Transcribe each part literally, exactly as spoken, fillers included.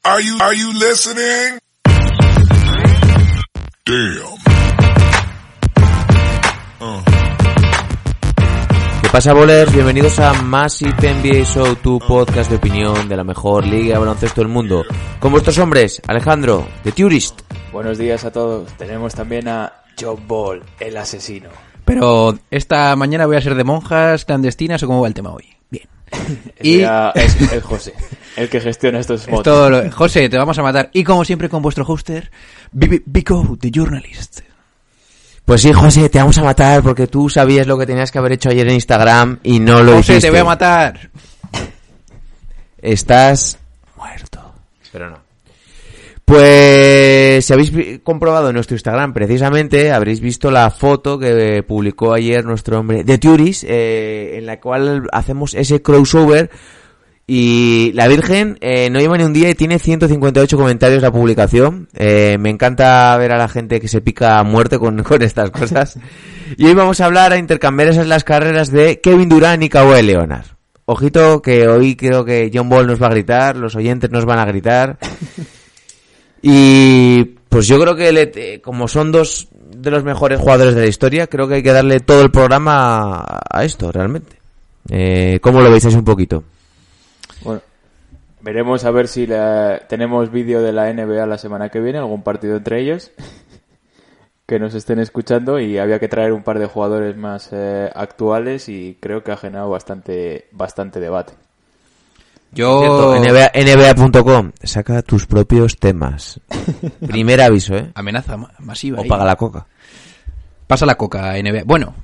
Are you, are you listening? Damn. Uh. ¿Qué pasa, bolers? Bienvenidos a Massive N B A Show, tu podcast de opinión de la mejor liga de baloncesto del mundo. Con vuestros hombres, Alejandro, The Tourist. Buenos días a todos. Tenemos también a John Ball, el asesino. Pero esta mañana voy a ser de monjas clandestinas, ¿o cómo va el tema hoy? Bien. Y es el José, el que gestiona estos motos. Esto lo... José, te vamos a matar. Y como siempre con vuestro hoster, Vico, the journalist. Pues sí, José, te vamos a matar porque tú sabías lo que tenías que haber hecho ayer en Instagram y no lo José, hiciste. te voy a matar. Estás muerto. Pero no. Pues si habéis comprobado en nuestro Instagram precisamente, habréis visto la foto que publicó ayer nuestro hombre The Tourist, eh, en la cual hacemos ese crossover y la Virgen eh, no lleva ni un día y tiene ciento cincuenta y ocho comentarios la publicación. Eh, me encanta ver a la gente que se pica a muerte con, con estas cosas. Y hoy vamos a hablar, a intercambiar esas las carreras de Kevin Durant y Kawhi Leonard. Ojito que hoy creo que John Ball nos va a gritar, los oyentes nos van a gritar. Y pues yo creo que le, como son dos de los mejores jugadores de la historia, creo que hay que darle todo el programa a, a esto, realmente. Eh, ¿Cómo lo veis un poquito? Bueno, veremos a ver si la, tenemos vídeo de la N B A la semana que viene, algún partido entre ellos, que nos estén escuchando, y había que traer un par de jugadores más eh, actuales y creo que ha generado bastante, bastante debate. Yo... N B A, N B A punto com, saca tus propios temas. Primer aviso, ¿eh? Amenaza masiva. O ahí. paga la coca. Pasa la coca, N B A. Bueno,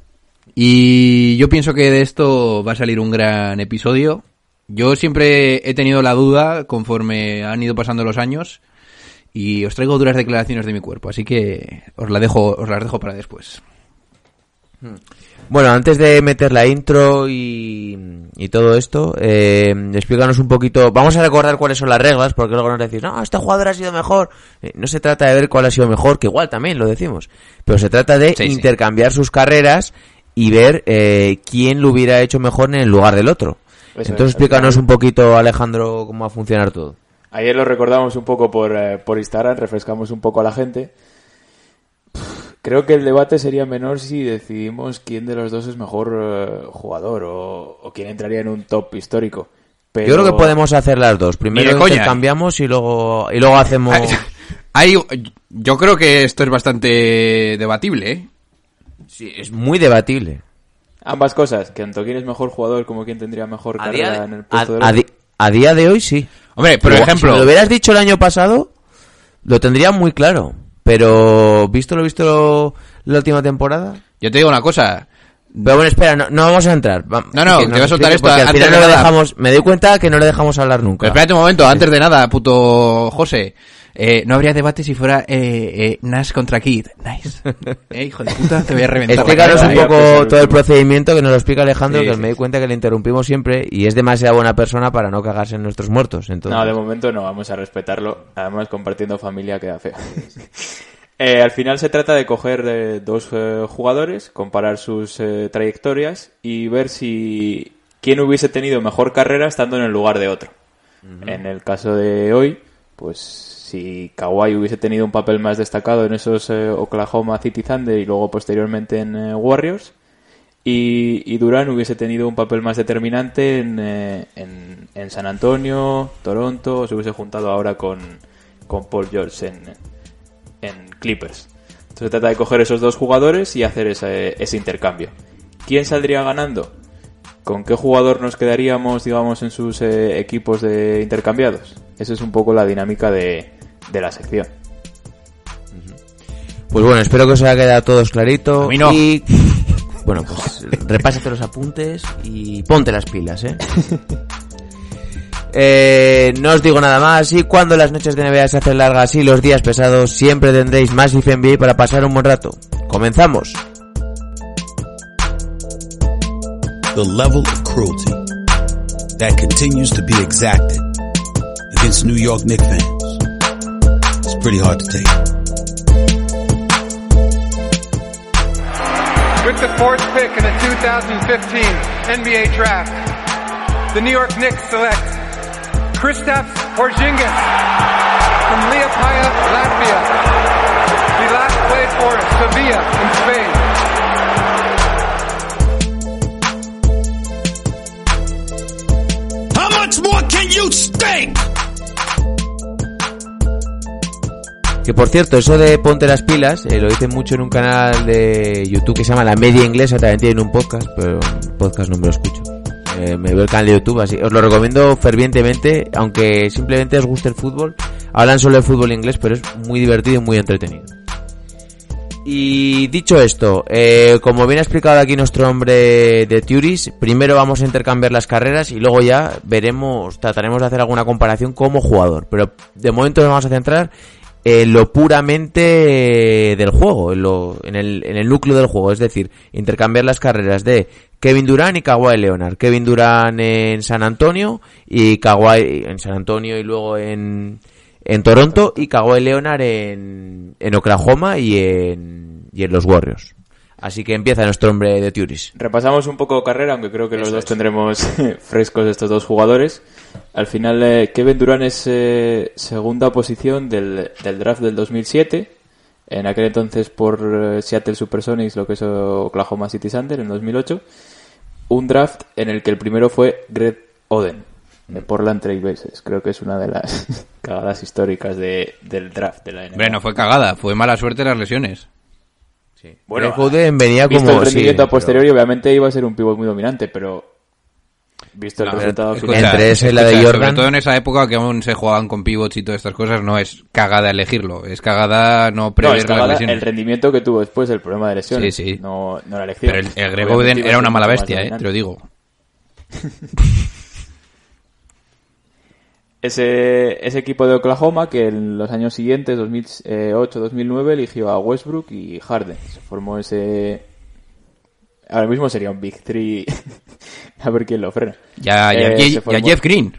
y yo pienso que de esto va a salir un gran episodio. Yo siempre he tenido la duda conforme han ido pasando los años y os traigo duras declaraciones de mi cuerpo, así que os la dejo, os las dejo para después. Bueno, antes de meter la intro y, y todo esto, eh, explícanos un poquito. Vamos a recordar cuáles son las reglas, porque luego nos decís, no, este jugador ha sido mejor. Eh, no se trata de ver cuál ha sido mejor, que igual también lo decimos, pero se trata de sí, intercambiar sí. sus carreras y ver eh, quién lo hubiera hecho mejor en el lugar del otro. Eso Entonces es, explícanos un poquito, Alejandro, cómo va a funcionar todo. Ayer lo recordamos un poco por, eh, por Instagram, refrescamos un poco a la gente. Creo que el debate sería menor si decidimos quién de los dos es mejor uh, jugador o, o quién entraría en un top histórico. Pero... Yo creo que podemos hacer las dos. Primero intercambiamos y luego y luego hacemos... Hay, yo creo que esto es bastante debatible, ¿eh? Sí, es muy debatible. Ambas cosas, que tanto quién es mejor jugador como quién tendría mejor a carrera de, en el puesto a, de a, di, a día de hoy sí. Hombre, por pero, ejemplo... Si me lo hubieras dicho el año pasado, lo tendría muy claro. Pero, ¿visto lo visto la última temporada? Yo te digo una cosa. Pero bueno, espera, no, no vamos a entrar. Va, no, no, te voy a soltar esto al antes final de no nada. Le dejamos, me doy cuenta que no le dejamos hablar nunca. Pero espérate un momento, antes de nada, puto José. Eh, no habría debate si fuera eh, eh, Nash contra Kidd. Nice. Eh, hijo de puta, te voy a reventar. Explícanos un poco ahí, todo el procedimiento, que nos lo explica Alejandro, sí, que sí. me doy cuenta que le interrumpimos siempre y es demasiado buena persona para no cagarse en nuestros muertos. Entonces... No, de momento no, vamos a respetarlo. Además, compartiendo familia queda feo. Eh, al final se trata de coger eh, dos eh, jugadores, comparar sus eh, trayectorias y ver si quién hubiese tenido mejor carrera estando en el lugar de otro. Uh-huh. En el caso de hoy, pues si Kawhi hubiese tenido un papel más destacado en esos eh, Oklahoma City Thunder y luego posteriormente en eh, Warriors, y, y Durant hubiese tenido un papel más determinante en, eh, en, en San Antonio, Toronto, o se hubiese juntado ahora con, con Paul George en... en Clippers. Entonces se trata de coger esos dos jugadores y hacer ese, ese intercambio. ¿Quién saldría ganando? ¿Con qué jugador nos quedaríamos, digamos, en sus eh, equipos de intercambiados? Esa es un poco la dinámica de, de la sección. Pues bueno, espero que os haya quedado todos clarito. A mí no. Y bueno, pues repásate los apuntes y ponte las pilas, ¿eh? Eh, no os digo nada más. Y cuando las noches de N B A se hacen largas y los días pesados, siempre tendréis Massive N B A para pasar un buen rato. ¡Comenzamos! The level of cruelty that continues to be exacted against New York Knicks fans is pretty hard to take. With the fourth pick in the two thousand fifteen N B A Draft, the New York Knicks select Kristaps Porzingis from Liepaja, Latvia. He last played for Sevilla in Spain. How much more can you stink? Que por cierto, eso de ponte las pilas, eh, lo dicen mucho en un canal de YouTube que se llama La Media Inglesa, también tienen un podcast, pero podcast no me lo escucho. Eh, me veo el canal de YouTube, así os lo recomiendo fervientemente, aunque simplemente os guste el fútbol. Hablan solo de fútbol inglés, pero es muy divertido y muy entretenido. Y dicho esto, eh, como bien ha explicado aquí nuestro hombre de Turis, primero vamos a intercambiar las carreras y luego ya veremos, trataremos de hacer alguna comparación como jugador. Pero de momento nos vamos a centrar en lo puramente del juego, en, lo, en, el, en el núcleo del juego, es decir, intercambiar las carreras de Kevin Durant y Kawhi Leonard. Kevin Durant en San Antonio y Kawhi en San Antonio y luego en, en Toronto, y Kawhi Leonard en, en Oklahoma y en, y en los Warriors. Así que empieza nuestro hombre de Turis. Repasamos un poco carrera, aunque creo que los Eso dos es. tendremos frescos de estos dos jugadores. Al final, eh, Kevin Durant es eh, segunda posición del, del draft del dos mil siete. En aquel entonces por eh, Seattle Supersonics, lo que es Oklahoma City Thunder, en dos mil ocho. Un draft en el que el primero fue Greg Oden, de Portland Trail Blazers. Creo que es una de las cagadas históricas de, del draft de la N B A. Hombre, no fue cagada, fue mala suerte las lesiones. Sí. Bueno, Greg Oden venía visto como el rendimiento sí, a posteriori, obviamente iba a ser un pivot muy dominante, pero visto el No, resultado escucha, final... Entre ese y la de escucha, Jordan. Sobre todo en esa época que aún se jugaban con pivots y todas estas cosas, no es cagada elegirlo, es cagada no No, prever es las cagada lesiones. el rendimiento que tuvo después, el problema de lesiones. Sí, sí. No, no la elección. Pero el, el Greg Obviamente Oden iba a era ser una mala mucho más bestia, eh, dominante. te lo digo. Ese, ese equipo de Oklahoma que en los años siguientes, dos mil ocho dos mil nueve, eligió a Westbrook y Harden. Se formó ese... Ahora mismo sería un Big Three. A ver quién lo frena. Ya, ya, Eh, ya- se ya formó- Jeff Green.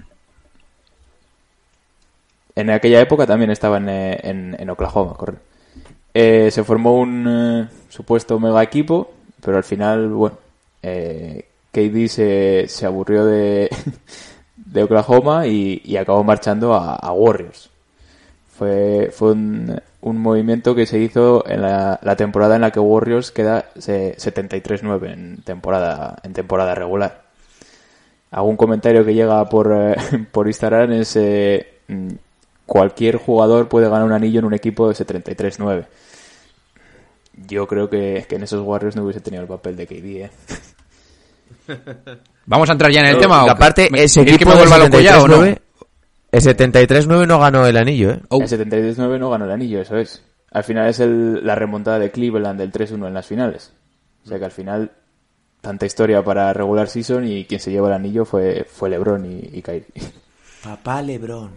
En aquella época también estaba en, eh, en, en Oklahoma, correcto. Eh, se formó un eh, supuesto mega equipo, pero al final, bueno, eh, K D se, se aburrió de, de Oklahoma y, y acabó marchando a, a Warriors. Fue, fue un, un movimiento que se hizo en la, la temporada en la que Warriors queda se, setenta y tres nueve en temporada, en temporada regular. Algún comentario que llega por, eh, por Instagram es eh, mm, cualquier jugador puede ganar un anillo en un equipo de setenta y tres nueve. Yo creo que, que en esos Warriors no hubiese tenido el papel de K D, ¿eh? Vamos a entrar ya en el Pero, tema. ¿o qué? aparte, ¿Me- ese ¿queréis equipo que me del vuelva loco ya o no? setenta y tres nueve, el setenta y tres nueve no ganó el anillo, ¿eh? Oh. El setenta y tres nueve no ganó el anillo, eso es. Al final es el, la remontada de Cleveland del tres uno en las finales. O sea que al final, tanta historia para regular season y quien se llevó el anillo fue, fue LeBron y, y Kyrie. Papá LeBron.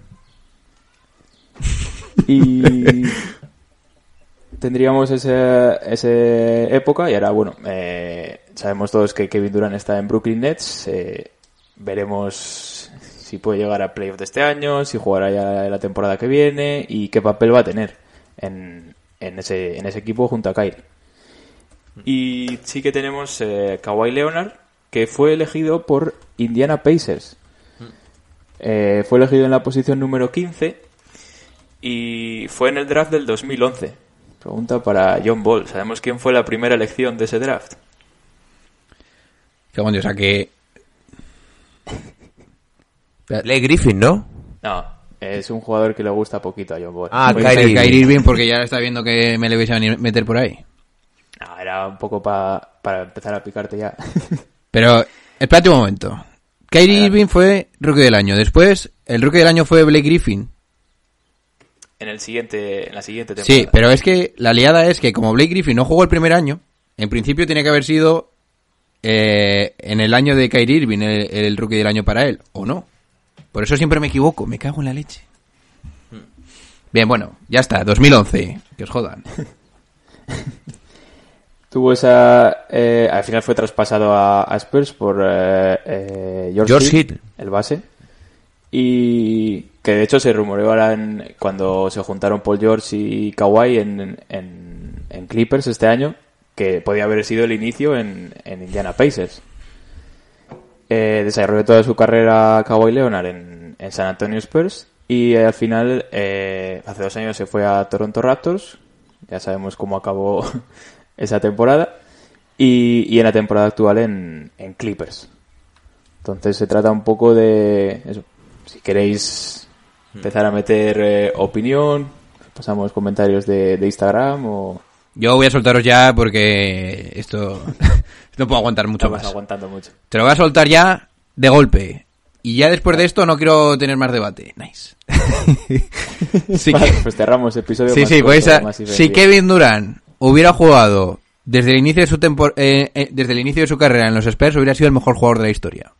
Y tendríamos esa, esa época y ahora, bueno, eh, sabemos todos que Kevin Durant está en Brooklyn Nets. Eh, veremos si puede llegar a playoff de este año, si jugará ya la temporada que viene y qué papel va a tener en, en, ese, en ese equipo junto a Kyrie. Y sí que tenemos eh, Kawhi Leonard, que fue elegido por Indiana Pacers. Eh, fue elegido en la posición número quince y fue en el draft del dos mil once. Pregunta para John Ball. ¿Sabemos quién fue la primera elección de ese draft? Qué bueno, o sea que... Blake Griffin, ¿no? No, es un jugador que le gusta poquito a John Ball. Ah, Fue- Kyrie Kyrie, Irving. Kyrie Irving, porque ya está viendo que me le vais a venir- meter por ahí. No, era un poco pa- para empezar a picarte ya. Pero, espérate un momento. Kyrie Irving fue rookie del año. Después, el rookie del año fue Blake Griffin. en el siguiente, en la siguiente temporada. Sí, pero es que la liada es que como Blake Griffin no jugó el primer año, en principio tiene que haber sido eh, en el año de Kyrie Irving el, el rookie del año para él, ¿o no? Por eso siempre me equivoco, me cago en la leche. Bien, bueno, ya está, dos mil once, que os jodan. Tuvo esa... eh, al final fue traspasado a, a Spurs por eh, eh, George, George Hill, Hill. el base. Y que de hecho se rumoreó ahora en, cuando se juntaron Paul George y Kawhi en, en, en Clippers este año, que podía haber sido el inicio en, en Indiana Pacers. Eh, desarrolló toda su carrera Kawhi Leonard en, en San Antonio Spurs y eh, al final, eh, hace dos años se fue a Toronto Raptors. Ya sabemos cómo acabó esa temporada. Y, y en la temporada actual en, en Clippers. Entonces se trata un poco de eso. Si queréis empezar a meter eh, opinión, pasamos comentarios de, de Instagram o... Yo voy a soltaros ya porque esto no puedo aguantar mucho Estamos más. aguantando mucho. Te lo voy a soltar ya de golpe. Y ya después de esto no quiero tener más debate. Nice. sí Vale, que... pues cerramos episodio Sí, más sí, corto, pues a... más si divertido. Kevin Durant hubiera jugado desde el inicio de su tempor... eh, eh, desde el inicio de su carrera en los Spurs, hubiera sido el mejor jugador de la historia.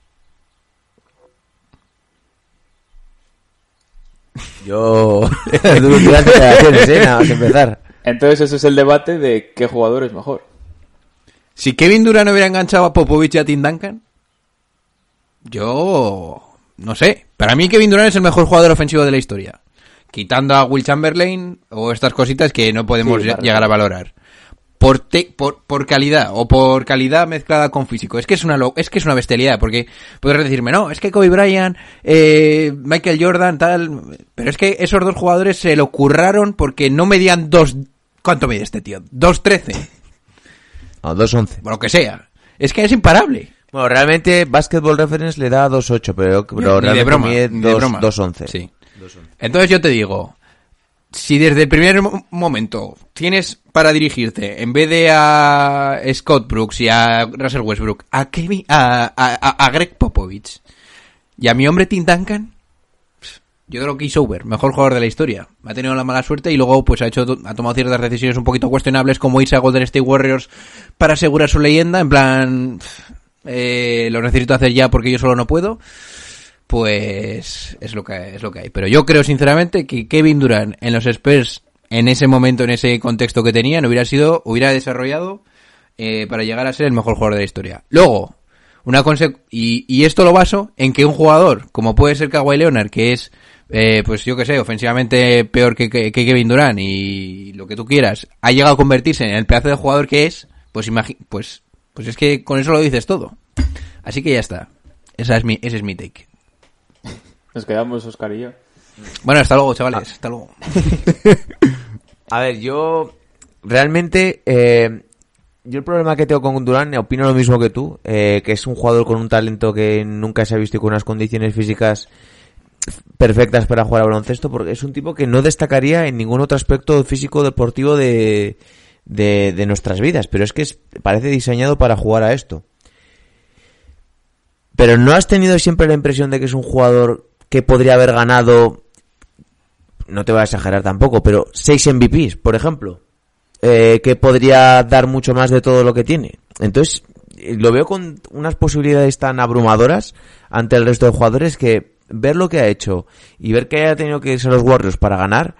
Yo... Duras declaraciones, ¿eh? Nada más empezar. Entonces ese es el debate de qué jugador es mejor. Si Kevin Durant hubiera enganchado a Popovich y a Tim Duncan, yo no sé. Para mí Kevin Durant es el mejor jugador ofensivo de la historia, quitando a Will Chamberlain o estas cositas que no podemos Sí, ll- claro. llegar a valorar. Por, te- por por calidad o por calidad mezclada con físico. Es que es una lo- es que es una bestialidad, porque podrás decirme, no, es que Kobe Bryant, eh, Michael Jordan, tal, pero es que esos dos jugadores se lo curraron porque no medían dos. ¿Cuánto mide este tío? dos trece. No, dos once. Lo que sea. Es que es imparable. Bueno, realmente Basketball Reference le da dos ocho, pero, pero Ni de realmente broma, mide ni de dos- broma. dos once. Sí. Entonces yo te digo, si desde el primer mo- momento tienes para dirigirte, en vez de a Scott Brooks y a Russell Westbrook, a Kevin, a, a, a- a Greg Popovich y a mi hombre Tim Duncan, yo creo que Isover, mejor jugador de la historia. Ha tenido la mala suerte y luego pues ha hecho ha tomado ciertas decisiones un poquito cuestionables, como irse a Golden State Warriors para asegurar su leyenda, en plan, eh, lo necesito hacer ya porque yo solo no puedo. Pues es lo que es lo que hay. Pero yo creo sinceramente que Kevin Durant en los Spurs, en ese momento, en ese contexto que tenían, hubiera sido, hubiera desarrollado eh, para llegar a ser el mejor jugador de la historia. Luego, una conse- y, y esto lo baso en que un jugador, como puede ser Kawhi Leonard, que es, eh, pues yo que sé, ofensivamente peor que, que, que Kevin Durant y lo que tú quieras, ha llegado a convertirse en el pedazo de jugador que es, pues imagi- pues, pues es que con eso lo dices todo. Así que ya está. Esa es mi, ese es mi take. Nos quedamos Oscar y yo. Bueno, hasta luego, chavales. Hasta luego. A ver, yo realmente eh, yo el problema que tengo con Durant, opino lo mismo que tú, eh, que es un jugador con un talento que nunca se ha visto y con unas condiciones físicas perfectas para jugar a baloncesto, porque es un tipo que no destacaría en ningún otro aspecto físico deportivo de, de, de nuestras vidas, pero es que es, parece diseñado para jugar a esto. Pero ¿no has tenido siempre la impresión de que es un jugador que podría haber ganado, no te voy a exagerar tampoco, pero seis M V Pes, por ejemplo, eh, que podría dar mucho más de todo lo que tiene? Entonces, eh, lo veo con unas posibilidades tan abrumadoras ante el resto de jugadores que ver lo que ha hecho y ver que haya tenido que irse a los Warriors para ganar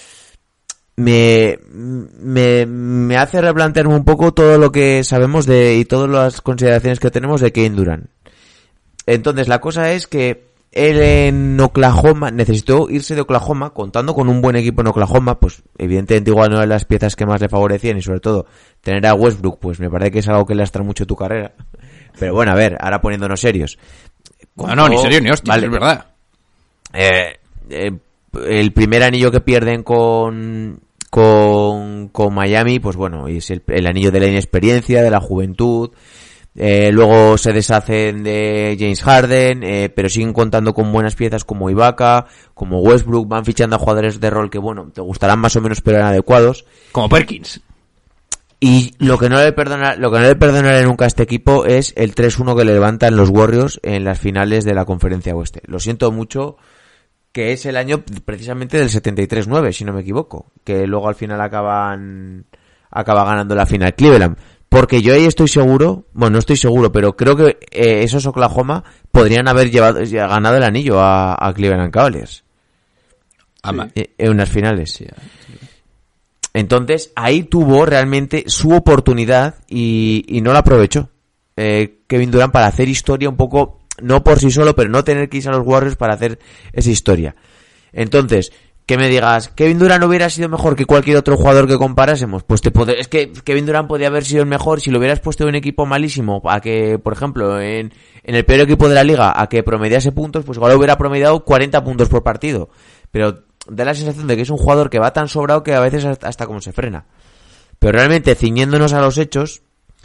me, me, me hace replantearme un poco todo lo que sabemos de y todas las consideraciones que tenemos de Kevin Durant. Entonces, la cosa es que él en Oklahoma necesitó irse de Oklahoma contando con un buen equipo en Oklahoma, pues evidentemente igual no eran las piezas que más le favorecían y sobre todo tener a Westbrook, pues me parece que es algo que lastra mucho tu carrera. Pero bueno, a ver, ahora poniéndonos serios. No, no, ni serio ni hostia, Vale. es verdad. Eh, eh, el primer anillo que pierden con con, con Miami, pues bueno, es el, el anillo de la inexperiencia, de la juventud. Eh, luego se deshacen de James Harden, eh, pero siguen contando con buenas piezas como Ibaka, como Westbrook, van fichando a jugadores de rol que, bueno, te gustarán más o menos, pero eran adecuados. Como Perkins. Y lo que no le perdona, lo que no le perdonaré nunca a este equipo es el tres uno que le levantan los Warriors en las finales de la Conferencia Oeste. Lo siento mucho, que es el año precisamente del setenta y tres nueve, si no me equivoco, que luego al final acaban acaba ganando la final Cleveland. Porque yo ahí estoy seguro, bueno, no estoy seguro, pero creo que eh, esos Oklahoma podrían haber llevado ya ganado el anillo a, a Cleveland Cavaliers. Ama. Eh, en unas finales. Entonces, ahí tuvo realmente su oportunidad y, y no la aprovechó. Eh, Kevin Durant para hacer historia un poco, no por sí solo, pero no tener que irse a los Warriors para hacer esa historia. Entonces, que me digas, Kevin Durant hubiera sido mejor que cualquier otro jugador que comparásemos, pues te pod- es que Kevin Durant podía haber sido el mejor si lo hubieras puesto en un equipo malísimo, a que, por ejemplo, en, en el peor equipo de la liga, a que promediase puntos, pues igual hubiera promediado cuarenta puntos por partido. Pero da la sensación de que es un jugador que va tan sobrado que a veces hasta, hasta como se frena. Pero realmente, ciñéndonos a los hechos,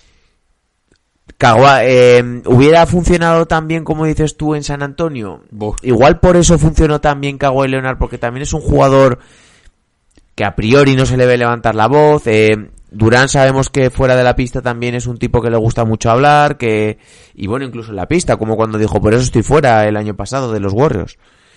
Kawhi, eh, ¿hubiera funcionado tan bien como dices tú en San Antonio? Buf. Igual por eso funcionó tan bien Kawhi Leonard, porque también es un jugador que a priori no se le ve levantar la voz. eh, Durant sabemos que fuera de la pista también es un tipo que le gusta mucho hablar, que y bueno, incluso en la pista, como cuando dijo, por eso estoy fuera el año pasado de los Warriors.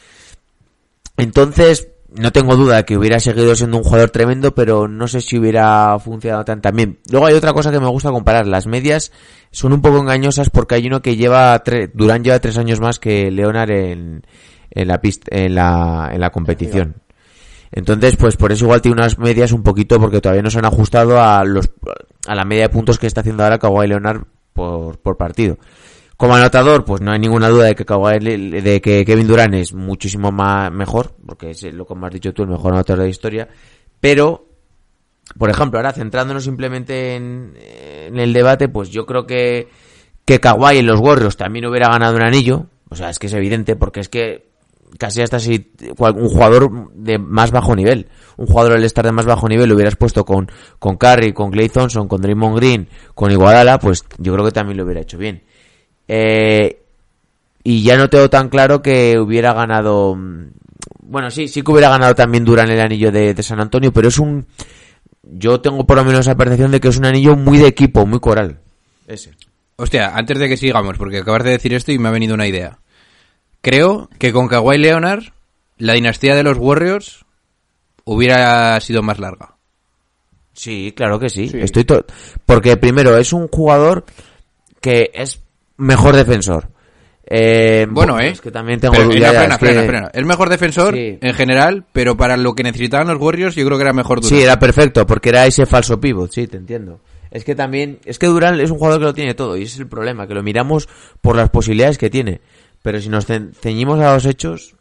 Entonces, no tengo duda de que hubiera seguido siendo un jugador tremendo, pero no sé si hubiera funcionado tan, tan bien. Luego hay otra cosa que me gusta comparar. Las medias son un poco engañosas porque hay uno que lleva... Tre- Durant lleva tres años más que Leonard en, en, la, pista, en, la, en la competición. Entonces, pues por eso igual tiene unas medias un poquito, porque todavía no se han ajustado a los a la media de puntos que está haciendo ahora Kawhi Leonard por, por partido. Como anotador, pues no hay ninguna duda de que Kawhi, de que Kevin Durant es muchísimo más mejor, porque es lo que me has dicho tú, el mejor anotador de la historia. Pero, por ejemplo, ahora centrándonos simplemente en, en el debate, pues yo creo que que Kawhi en los Warriors también hubiera ganado un anillo. O sea, es que es evidente, porque es que casi hasta si un jugador de más bajo nivel, un jugador del estar de más bajo nivel lo hubieras puesto con con Curry, con Klay Thompson, con Draymond Green, con Iguodala, pues yo creo que también lo hubiera hecho bien. Eh, y ya no tengo tan claro que hubiera ganado. Bueno, sí, sí que hubiera ganado también Durant el anillo de, de San Antonio, pero es un. Yo tengo por lo menos la percepción de que es un anillo muy de equipo, muy coral. Ese. Hostia, antes de que sigamos, porque acabas de decir esto y me ha venido una idea. Creo que con Kawhi Leonard la dinastía de los Warriors hubiera sido más larga. Sí, claro que sí. Sí. Estoy to- porque primero es un jugador que es mejor defensor. Eh, Bueno, eh. Es que también tengo Pero, dudas. frena, frena, es que- frena, frena. Es mejor defensor Sí. en general, pero para lo que necesitaban los Warriors yo creo que era mejor Durant. Sí, era perfecto, porque era ese falso pivot, sí, te entiendo. Es que también, es que Durant es un jugador que lo tiene todo, y ese es el problema, que lo miramos por las posibilidades que tiene. Pero si nos ce- ceñimos a los hechos,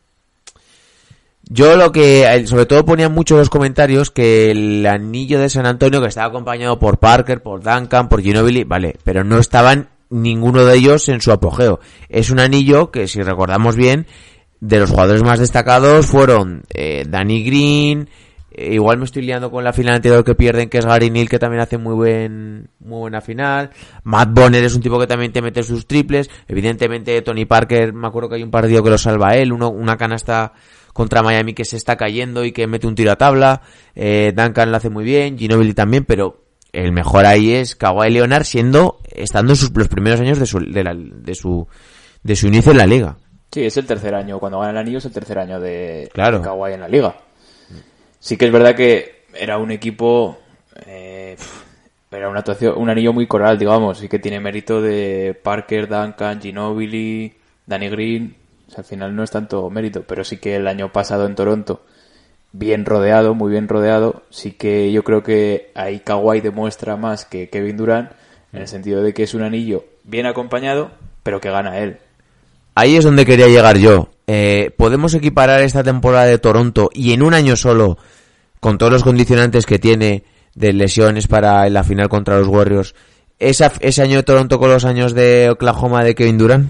yo lo que, sobre todo ponían mucho en los comentarios que el anillo de San Antonio, que estaba acompañado por Parker, por Duncan, por Ginobili, vale, pero no estaban ninguno de ellos en su apogeo. Es un anillo que, si recordamos bien, de los jugadores más destacados fueron eh, Danny Green, eh, igual me estoy liando con la final anterior que pierden, que es Gary Neal, que también hace muy buen muy buena final. Matt Bonner es un tipo que también te mete sus triples. Evidentemente Tony Parker, me acuerdo que hay un partido que lo salva él, uno, una canasta contra Miami que se está cayendo y que mete un tiro a tabla. eh, Duncan lo hace muy bien, Ginobili también, pero el mejor ahí es Kawhi Leonard, siendo estando en sus, los primeros años de su de, la, de su de su inicio en la liga. Sí, es el tercer año. Cuando gana el anillo es el tercer año de, Claro. de Kawhi en la liga. Sí que es verdad que era un equipo... Eh, era una actuación, un anillo muy coral, digamos. Sí que tiene mérito de Parker, Duncan, Ginobili, Danny Green. O sea, al final no es tanto mérito. Pero sí que el año pasado en Toronto, bien rodeado, muy bien rodeado. Sí que yo creo que ahí Kawhi demuestra más que Kevin Durant, en el sentido de que es un anillo bien acompañado, pero que gana él. Ahí es donde quería llegar yo. Eh, ¿Podemos equiparar esta temporada de Toronto y en un año solo, con todos los condicionantes que tiene de lesiones para la final contra los Warriors, esa, ese año de Toronto con los años de Oklahoma de Kevin Durant?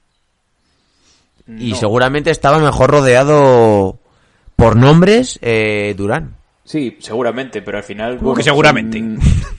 Y No. seguramente estaba mejor rodeado por nombres eh, Durant. Sí, seguramente, pero al final... ¿Cómo que seguramente? son-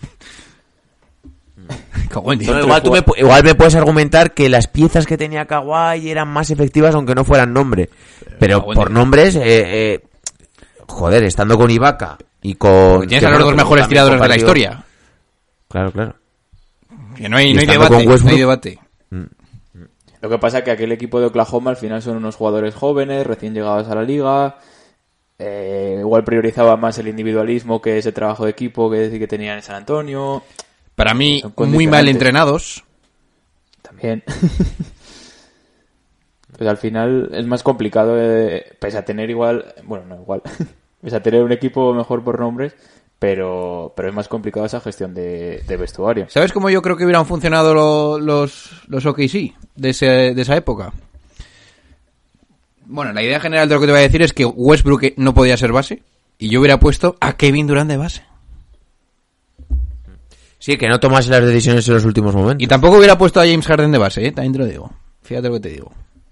Cago en Dios. No, tres igual, tú me, jugadores. pu- igual me puedes argumentar que las piezas que tenía Kawhi eran más efectivas aunque no fueran nombre. Pero cago en por Dios. nombres, eh, eh, joder, estando con Ibaka y con... Porque tienes que a los bueno, dos que mejores también tiradores de la compartió- historia. Claro, claro. Que no hay, Y no hay estando debate, con Westbrook. no hay debate. Lo que pasa es que aquel equipo de Oklahoma al final son unos jugadores jóvenes, recién llegados a la liga. Eh, igual priorizaba más el individualismo que ese trabajo de equipo que decir que tenían en San Antonio. Para mí, Son muy mal condicionantes. entrenados. También. Pues al final es más complicado, eh, pese a tener igual, bueno, no igual, pese a tener un equipo mejor por nombres, pero pero es más complicado esa gestión de, de vestuario. ¿Sabes cómo yo creo que hubieran funcionado lo- los, los O K C de, ese, de esa época? Bueno, la idea general de lo que te voy a decir es que Westbrook no podía ser base y yo hubiera puesto a Kevin Durant de base. Sí, que no tomase las decisiones en los últimos momentos. Y tampoco hubiera puesto a James Harden de base, ¿eh? También te lo digo. Fíjate lo que te digo.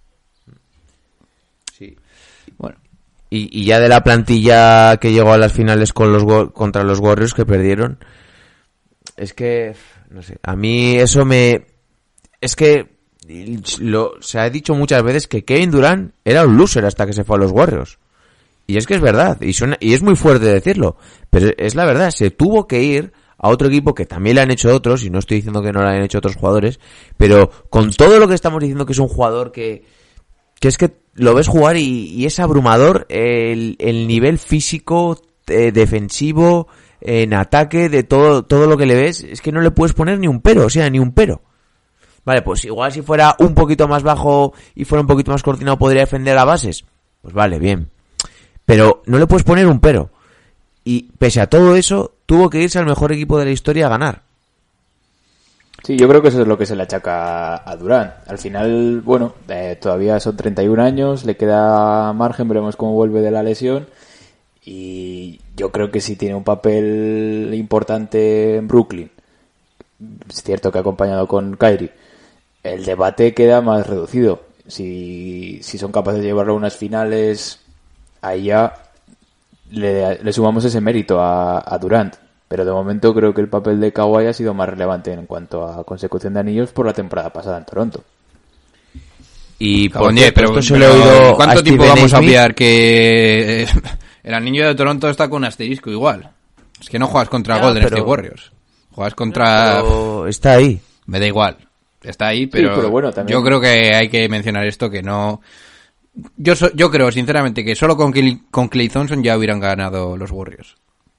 Sí. Bueno. Y, y ya de la plantilla que llegó a las finales con los contra los Warriors que perdieron, es que, no sé, a mí eso me... Es que lo, se ha dicho muchas veces que Kevin Durant era un loser hasta que se fue a los Warriors. Y es que es verdad, y, suena, y es muy fuerte decirlo, pero es la verdad, se tuvo que ir a otro equipo que también le han hecho otros, y no estoy diciendo que no lo hayan hecho otros jugadores, pero con todo lo que estamos diciendo que es un jugador que, que es que lo ves jugar y, y es abrumador el, el nivel físico, eh, defensivo, en ataque, de todo, todo lo que le ves, es que no le puedes poner ni un pero, o sea, ni un pero. Vale, pues igual si fuera un poquito más bajo y fuera un poquito más coordinado podría defender a bases, pues vale, bien. Pero no le puedes poner un pero. Y pese a todo eso, tuvo que irse al mejor equipo de la historia a ganar. Sí, yo creo que eso es lo que se le achaca a Durant. Al final, bueno, eh, todavía son treinta y un años, le queda margen, veremos cómo vuelve de la lesión. Y yo creo que sí tiene un papel importante en Brooklyn. Es cierto que ha acompañado con Kyrie. El debate queda más reducido. Si, si son capaces de llevarlo a unas finales, ahí ya le, le sumamos ese mérito a, a Durant. Pero de momento creo que el papel de Kawhi ha sido más relevante en cuanto a consecución de anillos por la temporada pasada en Toronto. Y por Oye, pero, esto se pero, lo he oído ¿cuánto a tiempo Steven vamos a Smith? obviar que eh, el anillo de Toronto está con asterisco igual? Es que no juegas contra Ya, Golden pero- State Warriors. Juegas contra... Pero está ahí. Me da igual. Está ahí, pero, pero bueno, también- yo creo que hay que mencionar esto, que no... Yo so- yo creo, sinceramente, que solo con, Clay- con Klay Thompson ya hubieran ganado los Warriors.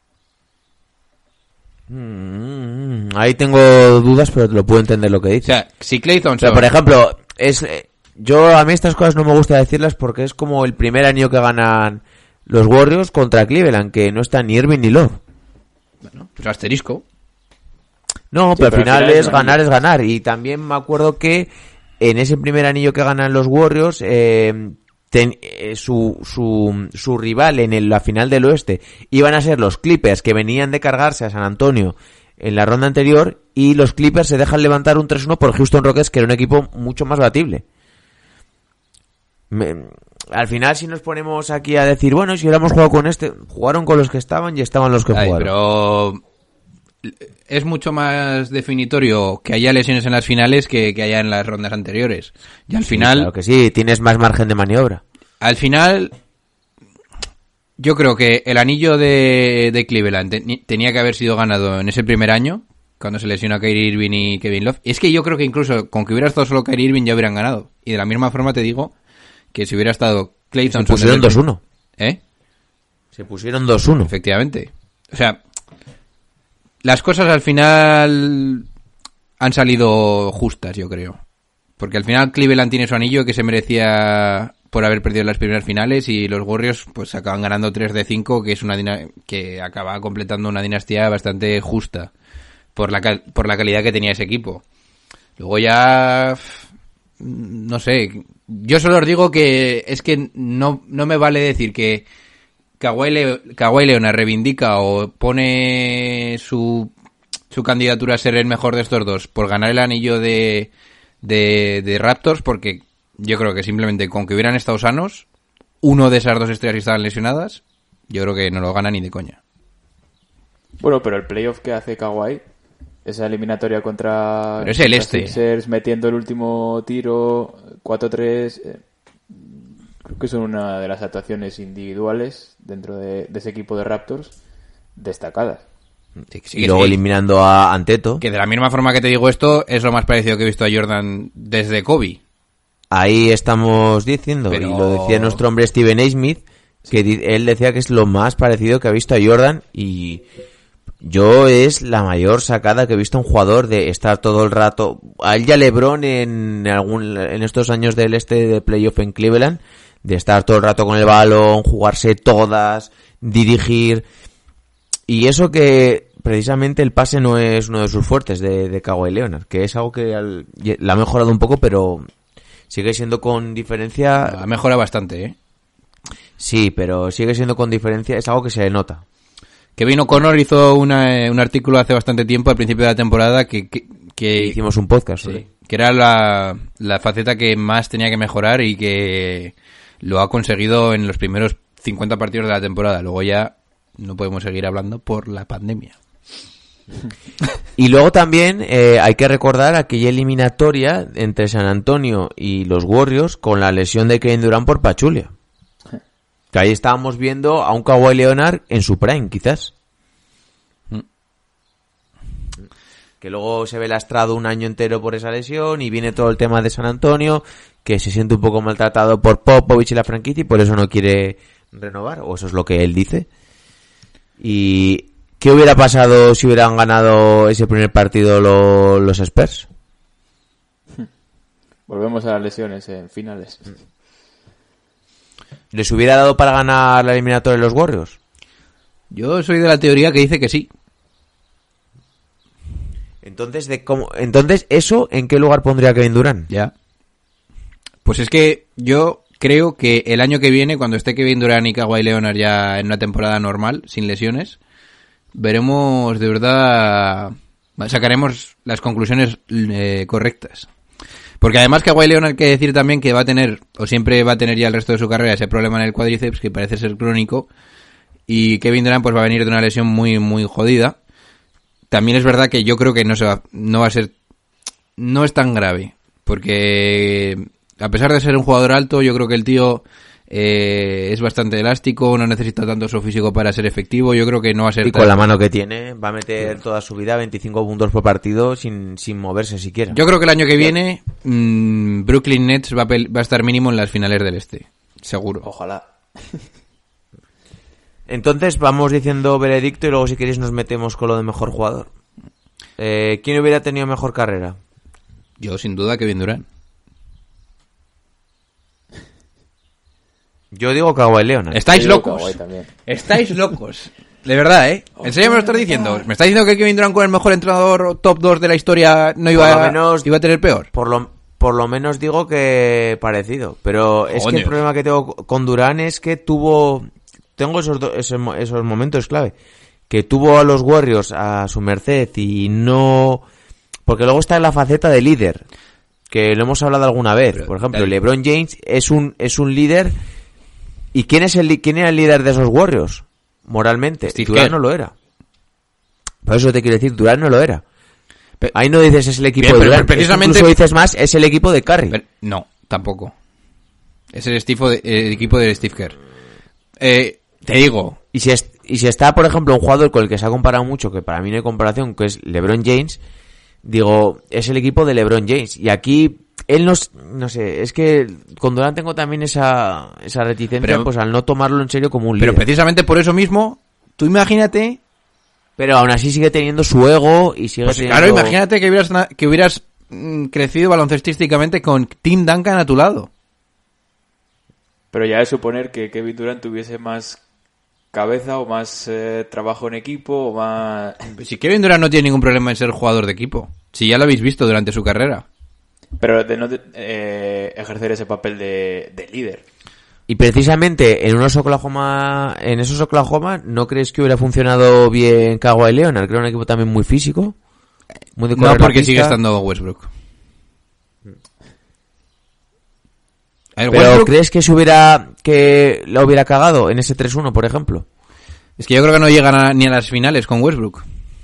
Mm, ahí tengo dudas, pero lo puedo entender lo que O dices. sea, si Klay O sea, Thompson... por ejemplo, es eh, yo a mí estas cosas no me gusta decirlas porque es como el primer año que ganan los Warriors contra Cleveland, que no está ni Irving ni Love. Bueno, pues asterisco. No, Sí, pero al pero al final final es es un ganar, anillo. es ganar. Y también me acuerdo que en ese primer anillo que ganan los Warriors, eh, ten- eh, su, su, su rival en el- la final del oeste iban a ser los Clippers, que venían de cargarse a San Antonio en la ronda anterior, y los Clippers se dejan levantar un tres uno por Houston Rockets, que era un equipo mucho más batible. Me- al final, si nos ponemos aquí a decir, bueno, si hubiéramos jugado con este, jugaron con los que estaban y estaban los que Ay, jugaron. pero es mucho más definitorio que haya lesiones en las finales que, que haya en las rondas anteriores. Y al Sí, final, claro que sí, tienes más margen de maniobra. al final, yo creo que el anillo de, de Cleveland te- tenía que haber sido ganado en ese primer año, cuando se lesionó a Kyrie Irving y Kevin Love. Y es que yo creo que incluso con que hubiera estado solo Kyrie Irving ya hubieran ganado. Y de la misma forma te digo que si hubiera estado Klay Se Thompson... pusieron desde el- dos uno. ¿Eh? Se pusieron dos uno. Efectivamente. O sea, las cosas al final han salido justas, yo creo. Porque al final Cleveland tiene su anillo que se merecía por haber perdido las primeras finales, y los Warriors pues acaban ganando tres de cinco, que es una dina- que acaba completando una dinastía bastante justa por la cal- por la calidad que tenía ese equipo. Luego ya no sé, yo solo os digo que es que no no me vale decir que Kawhi, Le- Kawhi Leonard reivindica o pone su, su candidatura a ser el mejor de estos dos por ganar el anillo de, de, de Raptors, porque yo creo que simplemente con que hubieran estado sanos, uno de esas dos estrellas que estaban lesionadas, yo creo que no lo gana ni de coña. Bueno, pero el playoff que hace Kawhi, esa eliminatoria contra Pero es el contra este. Sixers, metiendo el último tiro, cuatro tres, eh, creo que son una de las actuaciones individuales dentro de, de ese equipo de Raptors destacadas. Sí, sí, Y que luego sí. eliminando a Anteto. Que de la misma forma que te digo esto, es lo más parecido que he visto a Jordan desde Kobe. Ahí estamos diciendo, Pero- y lo decía nuestro hombre Steven A. Smith, que di- él decía que es lo más parecido que ha visto a Jordan, y yo es la mayor sacada que he visto a un jugador de estar todo el rato. A él ya LeBron en algún en estos años del este de playoff en Cleveland, de estar todo el rato con el balón, jugarse todas, dirigir, y eso que precisamente el pase no es uno de sus fuertes de, de Kawhi Leonard, que es algo que al- la ha mejorado un poco, pero Sigue siendo con diferencia... Ha mejorado bastante, ¿eh? Sí, pero sigue siendo con diferencia, es algo que se le nota. Kevin O'Connor hizo una, un artículo hace bastante tiempo, al principio de la temporada, que... que, que hicimos un podcast, sí, ¿sí? Que era la, la faceta que más tenía que mejorar y que lo ha conseguido en los primeros cincuenta partidos de la temporada. Luego ya no podemos seguir hablando por la pandemia. Y luego también eh, hay que recordar aquella eliminatoria entre San Antonio y los Warriors con la lesión de Kevin Durant por Pachulia. Que ahí estábamos viendo a un Kawhi Leonard en su prime, quizás. Mm. Que luego se ve lastrado un año entero por esa lesión y viene todo el tema de San Antonio, que se siente un poco maltratado por Popovich y la franquicia y por eso no quiere renovar, o eso es lo que él dice. Y... ¿qué hubiera pasado si hubieran ganado ese primer partido lo, los Spurs? Volvemos a las lesiones en finales. ¿Les hubiera dado para ganar la eliminatoria de los Warriors? Yo soy de la teoría que dice que sí. Entonces, de cómo, entonces ¿eso en qué lugar pondría Kevin Durant? Ya. Pues es que yo creo que el año que viene, cuando esté Kevin Durant y Kawhi Leonard ya en una temporada normal, sin lesiones, veremos de verdad, sacaremos las conclusiones eh, correctas. Porque además Kawhi Leonard, hay que decir también que va a tener, o siempre va a tener ya el resto de su carrera, ese problema en el cuádriceps que parece ser crónico, y Kevin Durant pues va a venir de una lesión muy muy jodida. También es verdad que yo creo que no se va, no va a ser, no es tan grave, porque a pesar de ser un jugador alto, yo creo que el tío Eh, es bastante elástico, no necesita tanto su físico para ser efectivo. Yo creo que no va a ser y tan... con la mano que tiene va a meter toda su vida veinticinco puntos por partido sin, sin moverse siquiera. Yo creo que el año que viene mmm, Brooklyn Nets va a, pel- va a estar mínimo en las finales del este, seguro. Ojalá. Entonces vamos diciendo veredicto y luego si queréis nos metemos con lo de mejor jugador. eh, ¿Quién hubiera tenido mejor carrera? Yo sin duda Kevin Durant. Yo digo Kawhi Leonard. Estáis Yo digo locos. Kawhi también. Estáis locos. De verdad, ¿eh? ¿En serio me lo estás diciendo? ¿Me estás diciendo que Kevin Durant con el mejor entrenador top dos de la historia no iba, Por lo menos- iba a tener peor? Por lo, por lo menos digo que parecido. Pero es que Coño. el problema que tengo con Durant es que tuvo... Tengo esos, do- esos, mo- esos momentos clave. Que tuvo a los Warriors a su merced y no... Porque luego está en la faceta de líder. Que lo hemos hablado alguna vez. Pero, Por ejemplo, dale. LeBron James es un, es un líder... ¿Y quién es el li- quién era el líder de esos Warriors? Moralmente. Steve Durant Kerr. no lo era. Por eso te quiero decir, Durant no lo era. Pe- Ahí no dices es el equipo Bien, de pero Durant. precisamente- Incluso dices más, es el equipo de Curry. Pero- no, tampoco. Es el, Steve de- el equipo de Steve Kerr. Eh, te digo, Y si, es, y si está, por ejemplo, un jugador con el que se ha comparado mucho, que para mí no hay comparación, que es LeBron James, digo, es el equipo de LeBron James. Y aquí, él no, s- no sé, es que con Durant tengo también esa, esa reticencia, Pero- pues al no tomarlo en serio como un pero líder. precisamente por eso mismo, tú imagínate, Pero aún así sigue teniendo su ego y sigue pues teniendo... claro, imagínate que hubieras, na- que hubieras mm, crecido baloncestísticamente con Tim Duncan a tu lado. Pero ya es suponer que Kevin Durant tuviese más cabeza o más eh, trabajo en equipo o más... Si Kevin Durant no tiene ningún problema en ser jugador de equipo, si ya lo habéis visto durante su carrera. Pero de no eh, ejercer ese papel de, de líder. Y precisamente en unos Oklahoma, en esos Oklahoma, ¿no crees que hubiera funcionado bien Kawhi Leonard? Creo un equipo también muy físico, muy de No, correr la porque sigue pista. estando Westbrook. A ver, Pero Westbrook- ¿crees que se hubiera que la hubiera cagado en ese tres uno, por ejemplo? Es que yo creo que no llegan a- ni a las finales con Westbrook.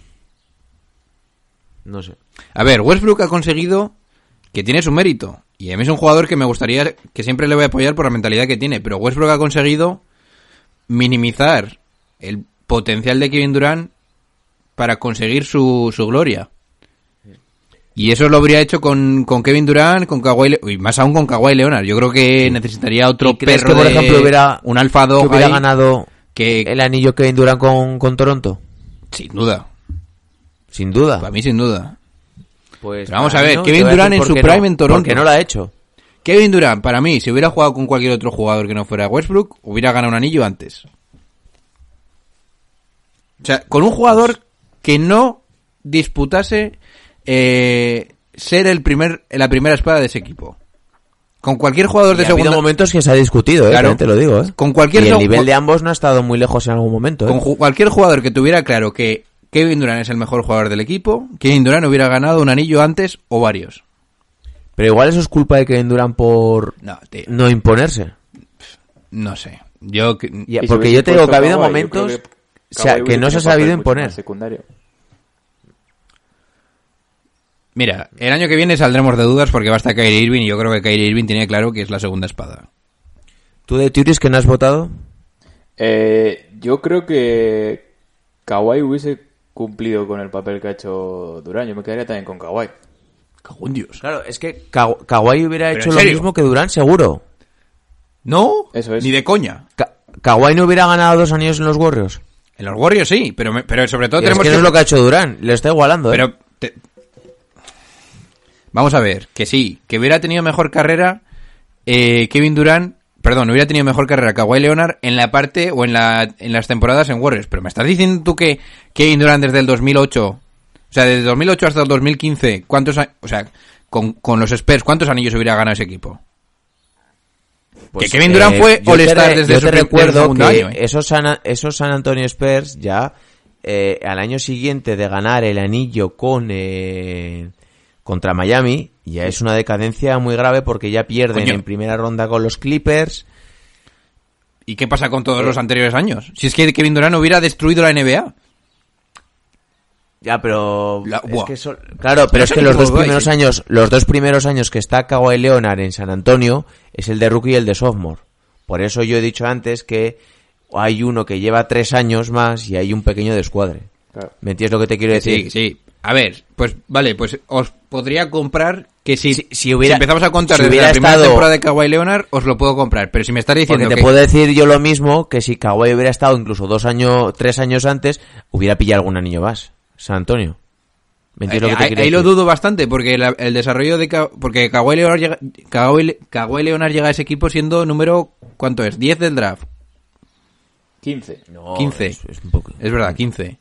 No sé. A ver, Westbrook ha conseguido que tiene su mérito. Y a mí es un jugador que me gustaría, que siempre le voy a apoyar por la mentalidad que tiene. Pero Westbrook ha conseguido minimizar el potencial de Kevin Durant para conseguir su, su gloria. Y eso lo habría hecho con, con Kevin Durant, con Kawhi Le- y más aún con Kawhi Leonard. Yo creo que necesitaría otro ¿Y crees perro que, por de- ejemplo, hubiera, un alfa que dog hubiera ahí ganado que, el anillo Kevin Durant con, con Toronto? sin duda, Sin duda. para mí sin duda. Pues Pero vamos para a mí ver, no, Kevin te voy a Durant decir en por su qué prime no, en Toronto. Porque no lo ha hecho. Kevin Durant, para mí, si hubiera jugado con cualquier otro jugador que no fuera Westbrook, hubiera ganado un anillo antes. O sea, con un jugador que no disputase eh, ser el primer, la primera espada de ese equipo. Con cualquier jugador de Y ha habido segunda... momentos que se ha discutido, ¿eh? Claro. También te lo digo, ¿eh? Con cualquier y el seg- nivel de ambos no ha estado muy lejos en algún momento, ¿eh? Con ju- cualquier jugador que tuviera claro que Kevin Durant es el mejor jugador del equipo, Kevin Durant hubiera ganado un anillo antes o varios. Pero igual eso es culpa de Kevin Durant por No, tío. no imponerse. No sé. Yo... Ya, Y si porque hubiese yo te digo puesto que ha habido Kawhi, yo momentos creo que o sea, Kawhi que no hubiese se ha tenido un sabido papel mucho imponer. más secundario. Mira, el año que viene saldremos de dudas porque va a estar Kyrie Irving y yo creo que Kyrie Irving tiene claro que es la segunda espada. ¿Tú de Tiuris que no has votado? Eh, yo creo que Kawhi hubiese cumplido con el papel que ha hecho Durant. Yo me quedaría también con Kawhi. Cago en Dios. Claro, es que Ka- Kawhi hubiera ¿Pero hecho en lo serio? mismo que Durant, seguro. No, Eso es. ni de coña. Ka- Kawhi no hubiera ganado dos años en los Warriors. En los Warriors sí, pero, me- pero sobre todo Y es tenemos que no es lo que ha hecho Durant, le está igualando, ¿eh? Pero te- vamos a ver, que sí, que hubiera tenido mejor carrera eh, Kevin Durant, perdón, hubiera tenido mejor carrera Kawhi Leonard en la parte o en la en las temporadas en Warriors, pero me estás diciendo tú que Kevin Durant desde el dos mil ocho, o sea, desde el dos mil ocho hasta el dos mil quince, ¿cuántos a- o sea, con, con los Spurs, ¿cuántos anillos hubiera ganado ese equipo? Pues, que Kevin Durant fue yo te All-Star re- desde yo su te prim- recuerdo del segundo que año, ¿eh? esos, San, esos San Antonio Spurs ya eh, al año siguiente de ganar el anillo con eh, contra Miami ya es una decadencia muy grave porque ya pierden Coño. en primera ronda con los Clippers. ¿Y qué pasa con todos Eh. los anteriores años? Si es que Kevin Durant hubiera destruido la N B A. Ya, pero La- es buah. que son- claro, pero No es sé que ni los cómo dos lo vais, primeros ¿eh? años, los dos primeros años que está Kawhi Leonard en San Antonio es el de rookie y el de sophomore. Por eso yo he dicho antes que hay uno que lleva tres años más y hay un pequeño descuadre. Claro. ¿Me entiendes lo que te quiero decir? Sí, sí. A ver, pues vale, pues os podría comprar que si, Si- si hubiera- empezamos a contar si desde hubiera la primera estado- temporada de Kawhi Leonard, os lo puedo comprar. Pero si me estás Porque diciendo te que... puedo decir yo lo mismo que si Kawhi hubiera estado incluso dos años, tres años antes, hubiera pillado algún anillo más. San Antonio. ¿Me entiendes lo que te ahí, quiero ahí decir? lo dudo bastante, porque la- el desarrollo de... Ka- porque Kawhi Leonard, llega, Kawhi, Kawhi Leonard llega a ese equipo siendo número... ¿Cuánto es? diez del draft. quince. No, quince. Es, es un poco... Es verdad, quince.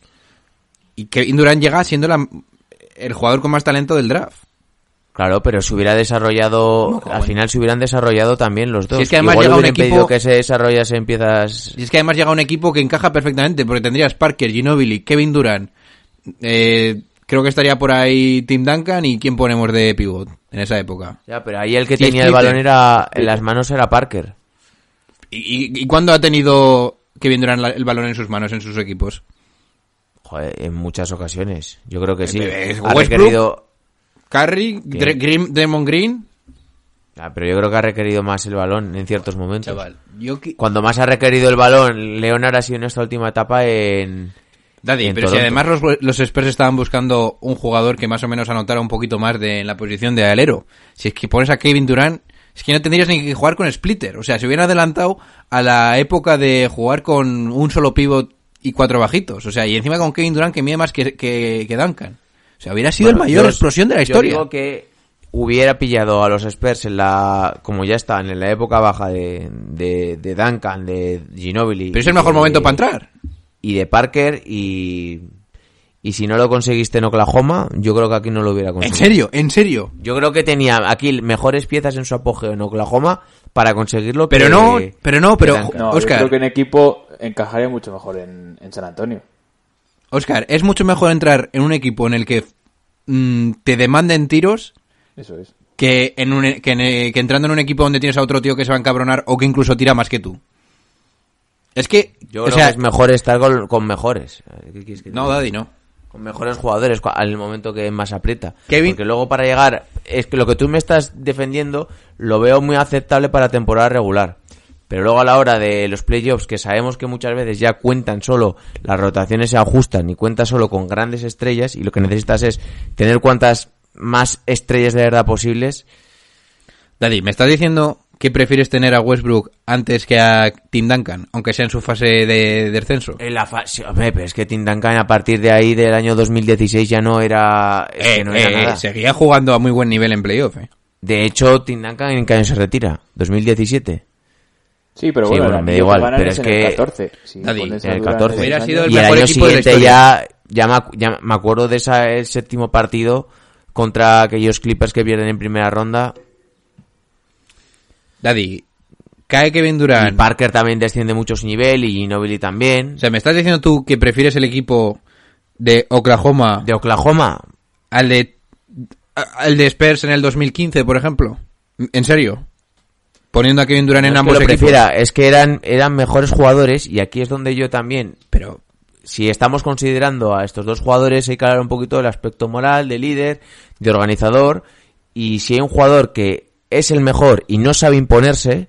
Y Kevin Durant llega siendo la, el jugador con más talento del draft. Claro, pero se hubiera desarrollado... No, al final se hubieran desarrollado también los dos. Si es que además Igual llega un hubieran equipo- pedido que se desarrollase en piezas... Y es que además llega un equipo que encaja perfectamente, porque tendrías Parker, Ginobili, Kevin Durant, eh, creo que estaría por ahí Tim Duncan, y ¿quién ponemos de pivot en esa época? Ya, pero ahí el que Sí, tenía el Splitter. balón era en las manos era Parker. ¿Y, y, y cuándo ha tenido Kevin Durant la- el balón en sus manos en sus equipos? Joder, en muchas ocasiones. Yo creo que sí. Eh, Ha Westbrook. requerido... Curry, Dre- Green, Draymond Green. Ah, pero yo creo que ha requerido más el balón en ciertos momentos. Chaval, yo que... Cuando más ha requerido el balón, Leonard ha sido en esta última etapa en... Daddy, en pero si Toronto. además los, los Spurs estaban buscando un jugador que más o menos anotara un poquito más de en la posición de alero. Si es que pones a Kevin Durant, es que no tendrías ni que jugar con Splitter. O sea, se hubieran adelantado a la época de jugar con un solo pivot y cuatro bajitos. O sea, y encima con Kevin Durant que mide más que, que, que Duncan. O sea, hubiera sido Bueno, el mayor yo- explosión de la Yo historia. digo que hubiera pillado a los Spurs en la... como ya están, en la época baja de, de, de Duncan, de Ginobili... Pero es el mejor de- momento para entrar. Y de Parker y... Y si no lo conseguiste en Oklahoma, yo creo que aquí no lo hubiera En conseguido. serio, en serio. Yo creo que tenía aquí mejores piezas en su apogeo en Oklahoma para conseguirlo. Pero que- no, pero no, pero... que Duncan. No, Oscar, yo creo que en equipo encajaría mucho mejor en, en San Antonio. Oscar, es mucho mejor entrar en un equipo en el que mm, te demanden tiros Eso es. que, en un, que, en- que entrando en un equipo donde tienes a otro tío que se va a encabronar o que incluso tira más que tú. Es que, Yo o creo sea, que es mejor estar con, con mejores. ¿Qué quieres que te no, diga? Daddy, no. Con mejores jugadores cu- al momento que más aprieta. Kevin- Porque luego para llegar, es que lo que tú me estás defendiendo lo veo muy aceptable para temporada regular. Pero luego a la hora de los playoffs, que sabemos que muchas veces ya cuentan solo, las rotaciones se ajustan y cuentan solo con grandes estrellas, y lo que necesitas es tener cuantas más estrellas de verdad posibles. Daddy, ¿me estás diciendo que prefieres tener a Westbrook antes que a Tim Duncan, aunque sea en su fase de descenso? En la fase, hombre, pero es que Tim Duncan a partir de ahí del año dos mil dieciséis ya no era, es que Eh, no era eh, nada. seguía jugando a muy buen nivel en playoff, eh. De hecho, Tim Duncan en qué año se retira, dos mil diecisiete. Sí, pero Sí, bueno, bueno, el me da anillo igual, ganan pero es es en el que- catorce. Si Nadie, pones en el a Durant catorce. seis Hubiera años- sido el Y el mejor año equipo de la siguiente historia. ya, ya, me, acu- ya me acuerdo de esa, el séptimo partido contra aquellos Clippers que pierden en primera ronda. Daddy, cae Kevin Durant. Y Parker también desciende mucho su nivel y Ginobili también. O sea, ¿me estás diciendo tú que prefieres el equipo de Oklahoma De Oklahoma. al de al de Spurs en el dos mil quince, por ejemplo? ¿En serio? Poniendo a Kevin Durant en No es que ambos lo equipos. prefiera, es que eran, eran mejores jugadores y aquí es donde yo también... Pero Si estamos considerando a estos dos jugadores, hay que hablar un poquito del aspecto moral, de líder, de organizador. Y si hay un jugador que es el mejor y no sabe imponerse,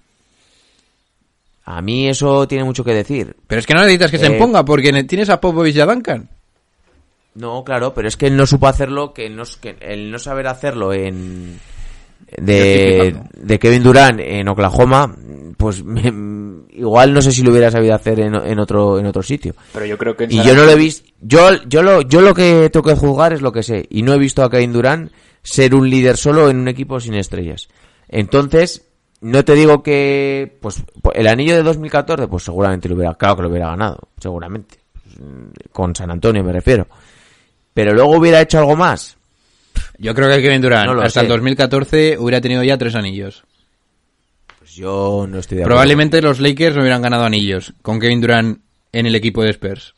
a mí eso tiene mucho que decir. pero es que no necesitas que se Eh, imponga, porque tienes a Popovich y a Duncan. No, claro, pero es que él no supo hacerlo, que, no, que el no saber hacerlo en Yo de, estoy flipando. de Kevin Durant en Oklahoma, pues me- igual no sé si lo hubiera sabido hacer en, en otro en otro sitio. Pero yo creo que en Y San yo no lo he Antonio- visto, yo yo lo yo lo que tengo que juzgar es lo que sé y no he visto a Kevin Durant ser un líder solo en un equipo sin estrellas. Entonces, no te digo que pues el anillo de dos mil catorce pues seguramente lo hubiera, claro que lo hubiera ganado, seguramente. Con San Antonio me refiero. Pero luego hubiera hecho algo más. Yo creo que Kevin Durant No lo hasta sé. el dos mil catorce hubiera tenido ya tres anillos. Pues yo no estoy de acuerdo. Probablemente los Lakers no hubieran ganado anillos con Kevin Durant en el equipo de Spurs.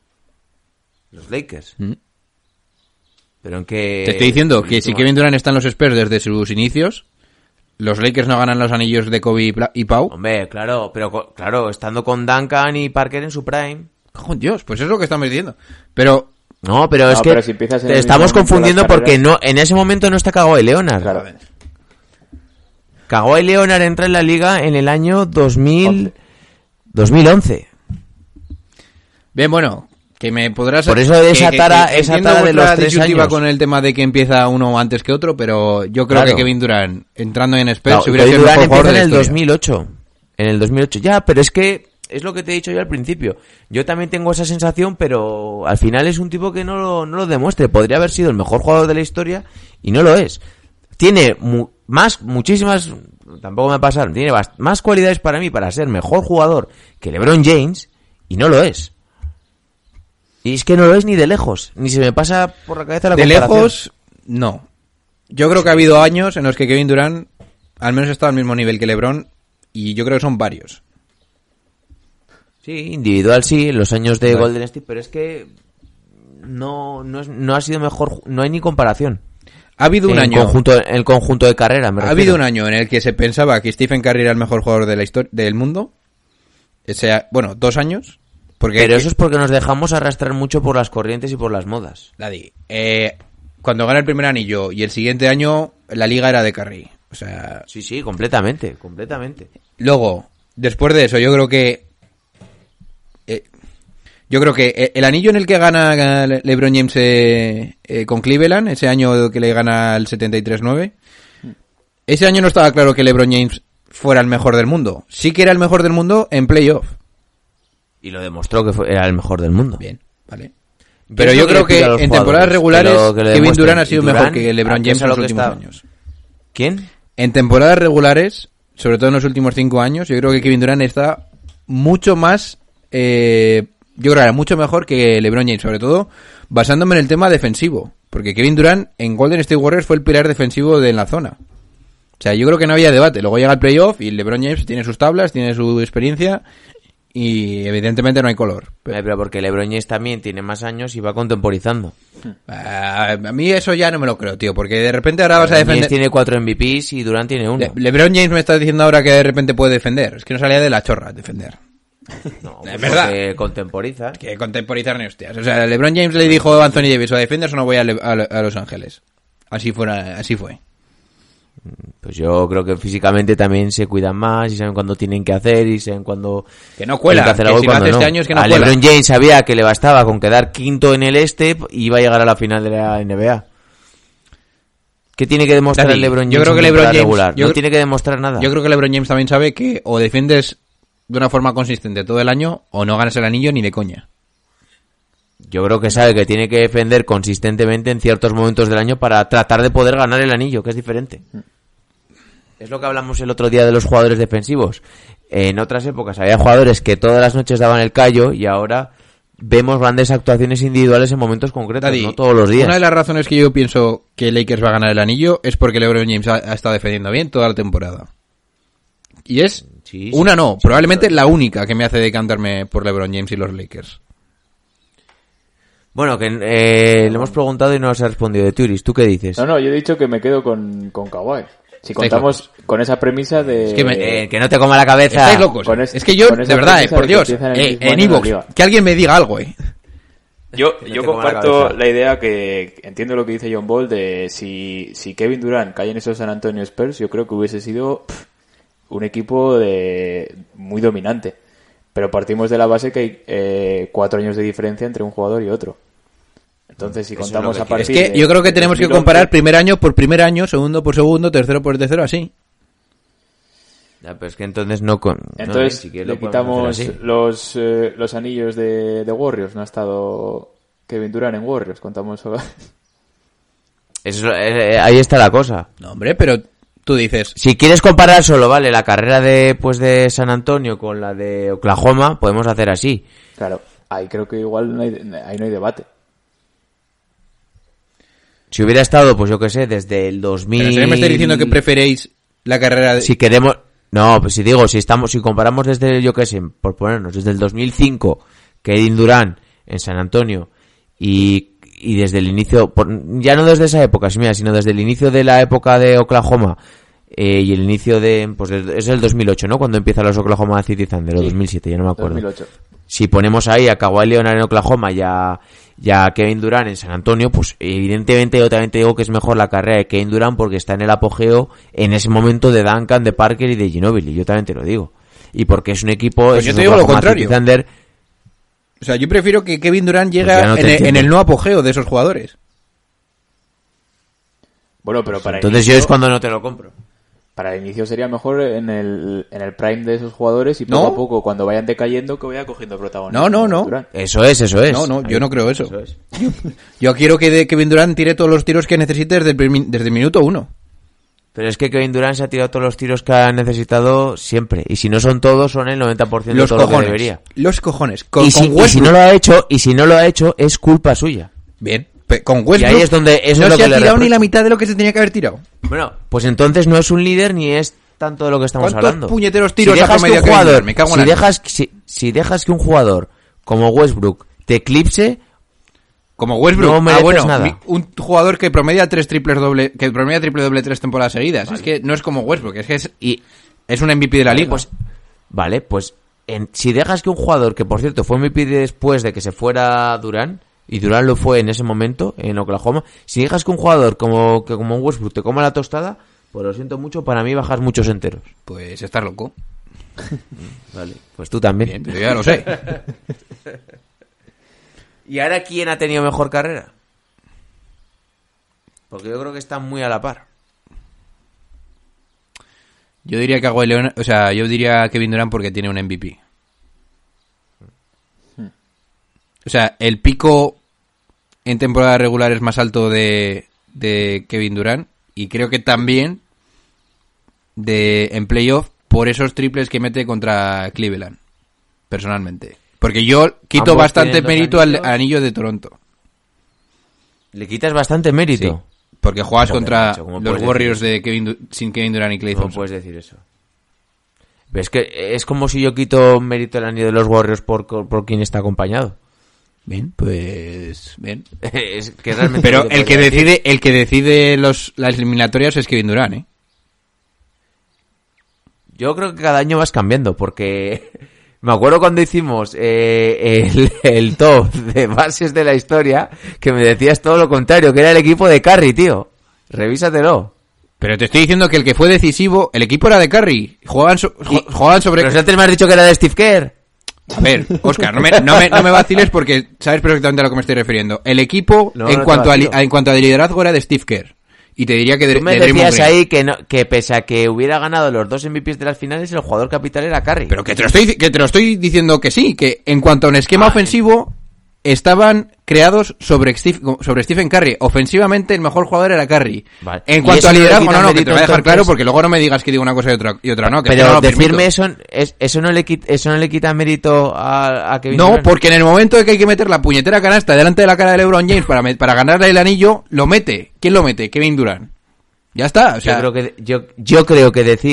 Los Lakers. ¿Mm? Pero en que Te estoy diciendo que si Kevin Durant está en los Spurs desde sus inicios, los Lakers no ganan los anillos de Kobe y Pla- y Pau. Hombre, claro, pero co- claro, estando con Duncan y Parker en su prime. ¡Oh, Dios! Pues es lo que estamos diciendo. Pero No, pero No, es que pero si empiezas en te el estamos mismo momento confundiendo las porque carreras- no en ese momento no está Kawhi Leonard. Claro. Kawhi Leonard entra en la liga en el año dos mil dos mil once. bien, bueno, que me podrás... Por eso de esa que- tara- que esa entiendo tara de vuestra los tres disyuntiva años. con el tema de que empieza uno antes que otro, pero yo creo Claro. que Kevin Durant entrando en Spurs Claro, hubiera Kevin sido el Durant mejor jugador empieza de en la el historia. dos mil ocho. En el dos mil ocho. Ya, pero es que es lo que te he dicho yo al principio. Yo también tengo esa sensación, pero al final es un tipo que no lo, no lo demuestre. Podría haber sido el mejor jugador de la historia y no lo es. Tiene mu- más, muchísimas, tampoco me pasaron, tiene bast- más cualidades para mí para ser mejor jugador que LeBron James y no lo es. Y es que no lo es ni de lejos, ni se me pasa por la cabeza la De comparación. lejos, no. Yo creo que ha habido años en los que Kevin Durant al menos está al mismo nivel que LeBron y yo creo que son varios. Sí, individual sí, en los años de Vale. Golden State, pero es que no, no, es- no ha sido mejor, ju- no hay ni comparación. Ha habido un en año... conjunto, en el conjunto de carrera, me Ha refiero. habido un año en el que se pensaba que Stephen Curry era el mejor jugador de la historia del mundo. Ese, bueno, dos años. Porque Pero eso es porque nos dejamos arrastrar mucho por las corrientes y por las modas. Daddy, eh, cuando gana el primer anillo y el siguiente año la liga era de Curry. O sea, Sí, sí, completamente, completamente. luego, después de eso, yo creo que eh, yo creo que el anillo en el que gana Le- LeBron James eh, eh, con Cleveland, ese año que le gana el setenta y tres nueve, ese año no estaba claro que LeBron James fuera el mejor del mundo. Sí que era el mejor del mundo en playoff. Y lo demostró que fue- era el mejor del mundo. Bien, vale. Yo Pero es yo lo creo le pido que a los en temporadas jugadores, regulares que lo- que lo Kevin demuestren. Durant ha sido Y mejor Durant, que LeBron a James pesar en de los lo que últimos está- años. ¿Quién? En temporadas regulares, sobre todo en los últimos cinco años, yo creo que Kevin Durant está mucho más, eh, yo creo que era mucho mejor que LeBron James, sobre todo basándome en el tema defensivo, porque Kevin Durant en Golden State Warriors fue el pilar defensivo de la zona. O sea, yo creo que no había debate. Luego llega el playoff y LeBron James tiene sus tablas, tiene su experiencia y evidentemente no hay color. Eh, pero porque LeBron James también tiene más años y va contemporizando. Ah, a mí eso ya no me lo creo, tío, porque de repente ahora vas a LeBron James defender... tiene cuatro M V Ps y Durant tiene uno. Le- LeBron James me está diciendo ahora que de repente puede defender. Es que no salía de la chorra defender. No, es pues verdad. porque contemporiza. Que contemporizar ni hostias. O sea, LeBron James le dijo a Anthony Davis, o defiendes o no voy a, Le- a- a Los Ángeles. Así fuera, así fue. Pues yo creo que físicamente también se cuidan más y saben cuándo tienen que hacer y saben cuándo Que no cuela, tienen hacer que algo si y lo cuándo hace este no. año es que no a cuela. LeBron James sabía que le bastaba con quedar quinto en el este y iba a llegar a la final de la N B A. ¿Qué tiene que demostrar Daddy, LeBron James yo creo que en LeBron temporada James- regular? yo No cre- tiene que demostrar nada. Yo creo que LeBron James también sabe que o defiendes de una forma consistente todo el año o no ganas el anillo ni de coña. Yo creo que sabe que tiene que defender consistentemente en ciertos momentos del año para tratar de poder ganar el anillo, que es diferente. Es lo que hablamos el otro día de los jugadores defensivos. En otras épocas había jugadores que todas las noches daban el callo y ahora vemos grandes actuaciones individuales en momentos concretos, Daddy, no todos los días. Una de las razones que yo pienso que Lakers va a ganar el anillo es porque LeBron James ha, ha estado defendiendo bien toda la temporada. Y es Sí, sí, una no, sí, probablemente sí. la única que me hace decantarme por LeBron James y los Lakers. Bueno, que eh, le hemos preguntado y no nos ha respondido de Turis. ¿Tú qué dices? No, no, yo he dicho que me quedo con, con Kawhi. Si contamos con esa premisa de... Es que me- Eh, que no te coma la cabeza. Estáis locos. Con eh. es- Es que yo, con esa de verdad, eh, premisa por de que Dios, empiezan el eh, mismo en año en la iVoox, liga. que alguien me diga algo, eh. Yo, Que no yo te coma la comparto cabeza. la idea que entiendo lo que dice John Ball de si, si Kevin Durant cae en esos San Antonio Spurs, yo creo que hubiese sido pff, un equipo de muy dominante. Pero partimos de la base que hay eh, cuatro años de diferencia entre un jugador y otro. Entonces, si Eso es contamos lo a que quiero. Es partir que de- yo creo que de tenemos que dos mil once, comparar primer año por primer año, segundo por segundo, tercero por tercero, así. Ya, pero es que entonces no con... no, Entonces, si quieres le lo podemos quitamos hacer así. los, eh, los anillos de, de Warriors. No ha estado Kevin Durant en Warriors. Contamos solo- Eso, eh, eh, ahí está la cosa. No, hombre, pero tú dices, Si quieres comparar solo, vale, la carrera de pues de San Antonio con la de Oklahoma, podemos hacer así. Claro, ahí creo que igual no hay, ahí no hay debate. Si hubiera estado, pues yo qué sé, desde el dos mil... pero si me estáis diciendo que preferéis la carrera de... Si queremos... No, pues si digo, si estamos, si comparamos desde, yo qué sé, por ponernos, desde el dos mil cinco, Kevin Durant en San Antonio, y, y desde el inicio, por- ya no desde esa época, si mira, sino desde el inicio de la época de Oklahoma, eh, y el inicio de, pues es es el dos mil ocho, ¿no? Cuando empiezan los Oklahoma City Thunder, o Sí. dos mil siete, ya no me acuerdo. dos mil ocho. Si ponemos ahí a Kawhi Leonard en Oklahoma y a, y a Kevin Durant en San Antonio, pues evidentemente yo también te digo que es mejor la carrera de Kevin Durant porque está en el apogeo en ese momento de Duncan, de Parker y de Ginobili, yo también te lo digo. Y porque es un equipo... Pues es yo un te digo lo Oklahoma contrario. City Thunder, O sea, yo prefiero que Kevin Durant llegue Pues ya no te en, el- en entiendo. el no apogeo de esos jugadores. Bueno, pero para entonces inicio, yo es cuando no te lo compro. para el inicio sería mejor en el, en el prime de esos jugadores y poco No. a poco, cuando vayan decayendo, que vaya cogiendo protagonismo. No, no, no. Durant. Eso es, eso es. No, no, yo Ahí. no creo eso. Eso es. Yo quiero que de Kevin Durant tire todos los tiros que necesite desde el, primi- desde el minuto uno. Pero es que Kevin Durant se ha tirado todos los tiros que ha necesitado siempre. Y si no son todos, son el noventa por ciento de Los todo lo que cojones. debería. Los cojones. Con, Y si, con y si Westbrook- no lo ha hecho, y si no lo ha hecho, es culpa suya. Bien. Pe- Con Westbrook Y ahí es donde- eso no es lo se que ha le tirado ni reprocho. la mitad de lo que se tenía que haber tirado. Bueno, pues entonces no es un líder ni es tanto de lo que estamos ¿Cuántos hablando. puñeteros tiros si ha dejas que promediado un Kevin jugador, Durant? Me cago en si la dejas, si, si dejas que un jugador como Westbrook te eclipse, Como Westbrook. No ah, mereces bueno, nada. mi- un jugador que promedia tres triples doble, que promedia triple doble tres temporadas seguidas. Es que no es como Westbrook, es que es, y es un M V P de la liga. pues vale, pues en, si dejas que un jugador que por cierto fue M V P después de que se fuera Durant, y Durant lo fue en ese momento en Oklahoma, si dejas que un jugador como que como Westbrook te coma la tostada, pues lo siento mucho, para mí bajas muchos enteros. Pues estás loco. Vale, pues tú también. Bien, pero yo ya lo sé. ¿Y ahora quién ha tenido mejor carrera? Porque yo creo que están muy a la par. Yo diría que Kawhi Leonard, o sea, yo diría Kevin Durant porque tiene un M V P. O sea, el pico en temporada regular es más alto de, de Kevin Durant y creo que también de en playoff por esos triples que mete contra Cleveland, personalmente. Porque yo quito Ambos bastante tienen dos mérito al anillos. al anillo de Toronto. Le quitas bastante mérito. Porque juegas Joder, contra macho, ¿cómo los puedes Warriors decir de Kevin Du- sin Kevin Durant y Klay No Thompson. puedes decir eso. Es que es como si yo quito mérito al anillo de los Warriors por, por quien está acompañado. Bien, pues bien. Es que realmente Pero no te el que podría decir. decide, el que decide los las eliminatorias es Kevin Durant, ¿eh? Yo creo que cada año vas cambiando, porque me acuerdo cuando hicimos eh, el, el top de bases de la historia, que me decías todo lo contrario, que era el equipo de Curry, tío. Revísatelo. Pero te estoy diciendo que el que fue decisivo, el equipo era de Curry. Jugaban, so- jo- jugaban sobre... Pero si antes me has dicho que era de Steve Kerr. A ver, Oscar, no me, no, me, no me vaciles porque sabes perfectamente a lo que me estoy refiriendo. El equipo, No, en, no te cuanto a, li- vacilo. en cuanto a liderazgo, era de Steve Kerr. Y te diría que de, Tú me de Draymond decías Green. ahí que, no, que pese a que hubiera ganado los dos M V Pes de las finales, el jugador capital era Curry. Pero que te, lo estoy, que te lo estoy diciendo que sí, que en cuanto a un esquema Ah, ofensivo, estaban creados sobre, Steve- sobre Stephen Curry. Ofensivamente, el mejor jugador era Curry. Vale. En ¿Y cuanto eso a no le liderazgo, quita no, no, que te mérito, lo voy a dejar entonces? claro, porque luego no me digas que digo una cosa y otra, y otra no. Que Pero no lo decirme permito. eso, es- eso, no le quita, eso no le quita mérito a, a Kevin No, Durant. porque en el momento de que hay que meter la puñetera canasta delante de la cara de LeBron James para, me- para ganarle el anillo, lo mete. ¿Quién lo mete? Kevin Durant. Ya está, o sea... yo creo que yo, yo creo que decir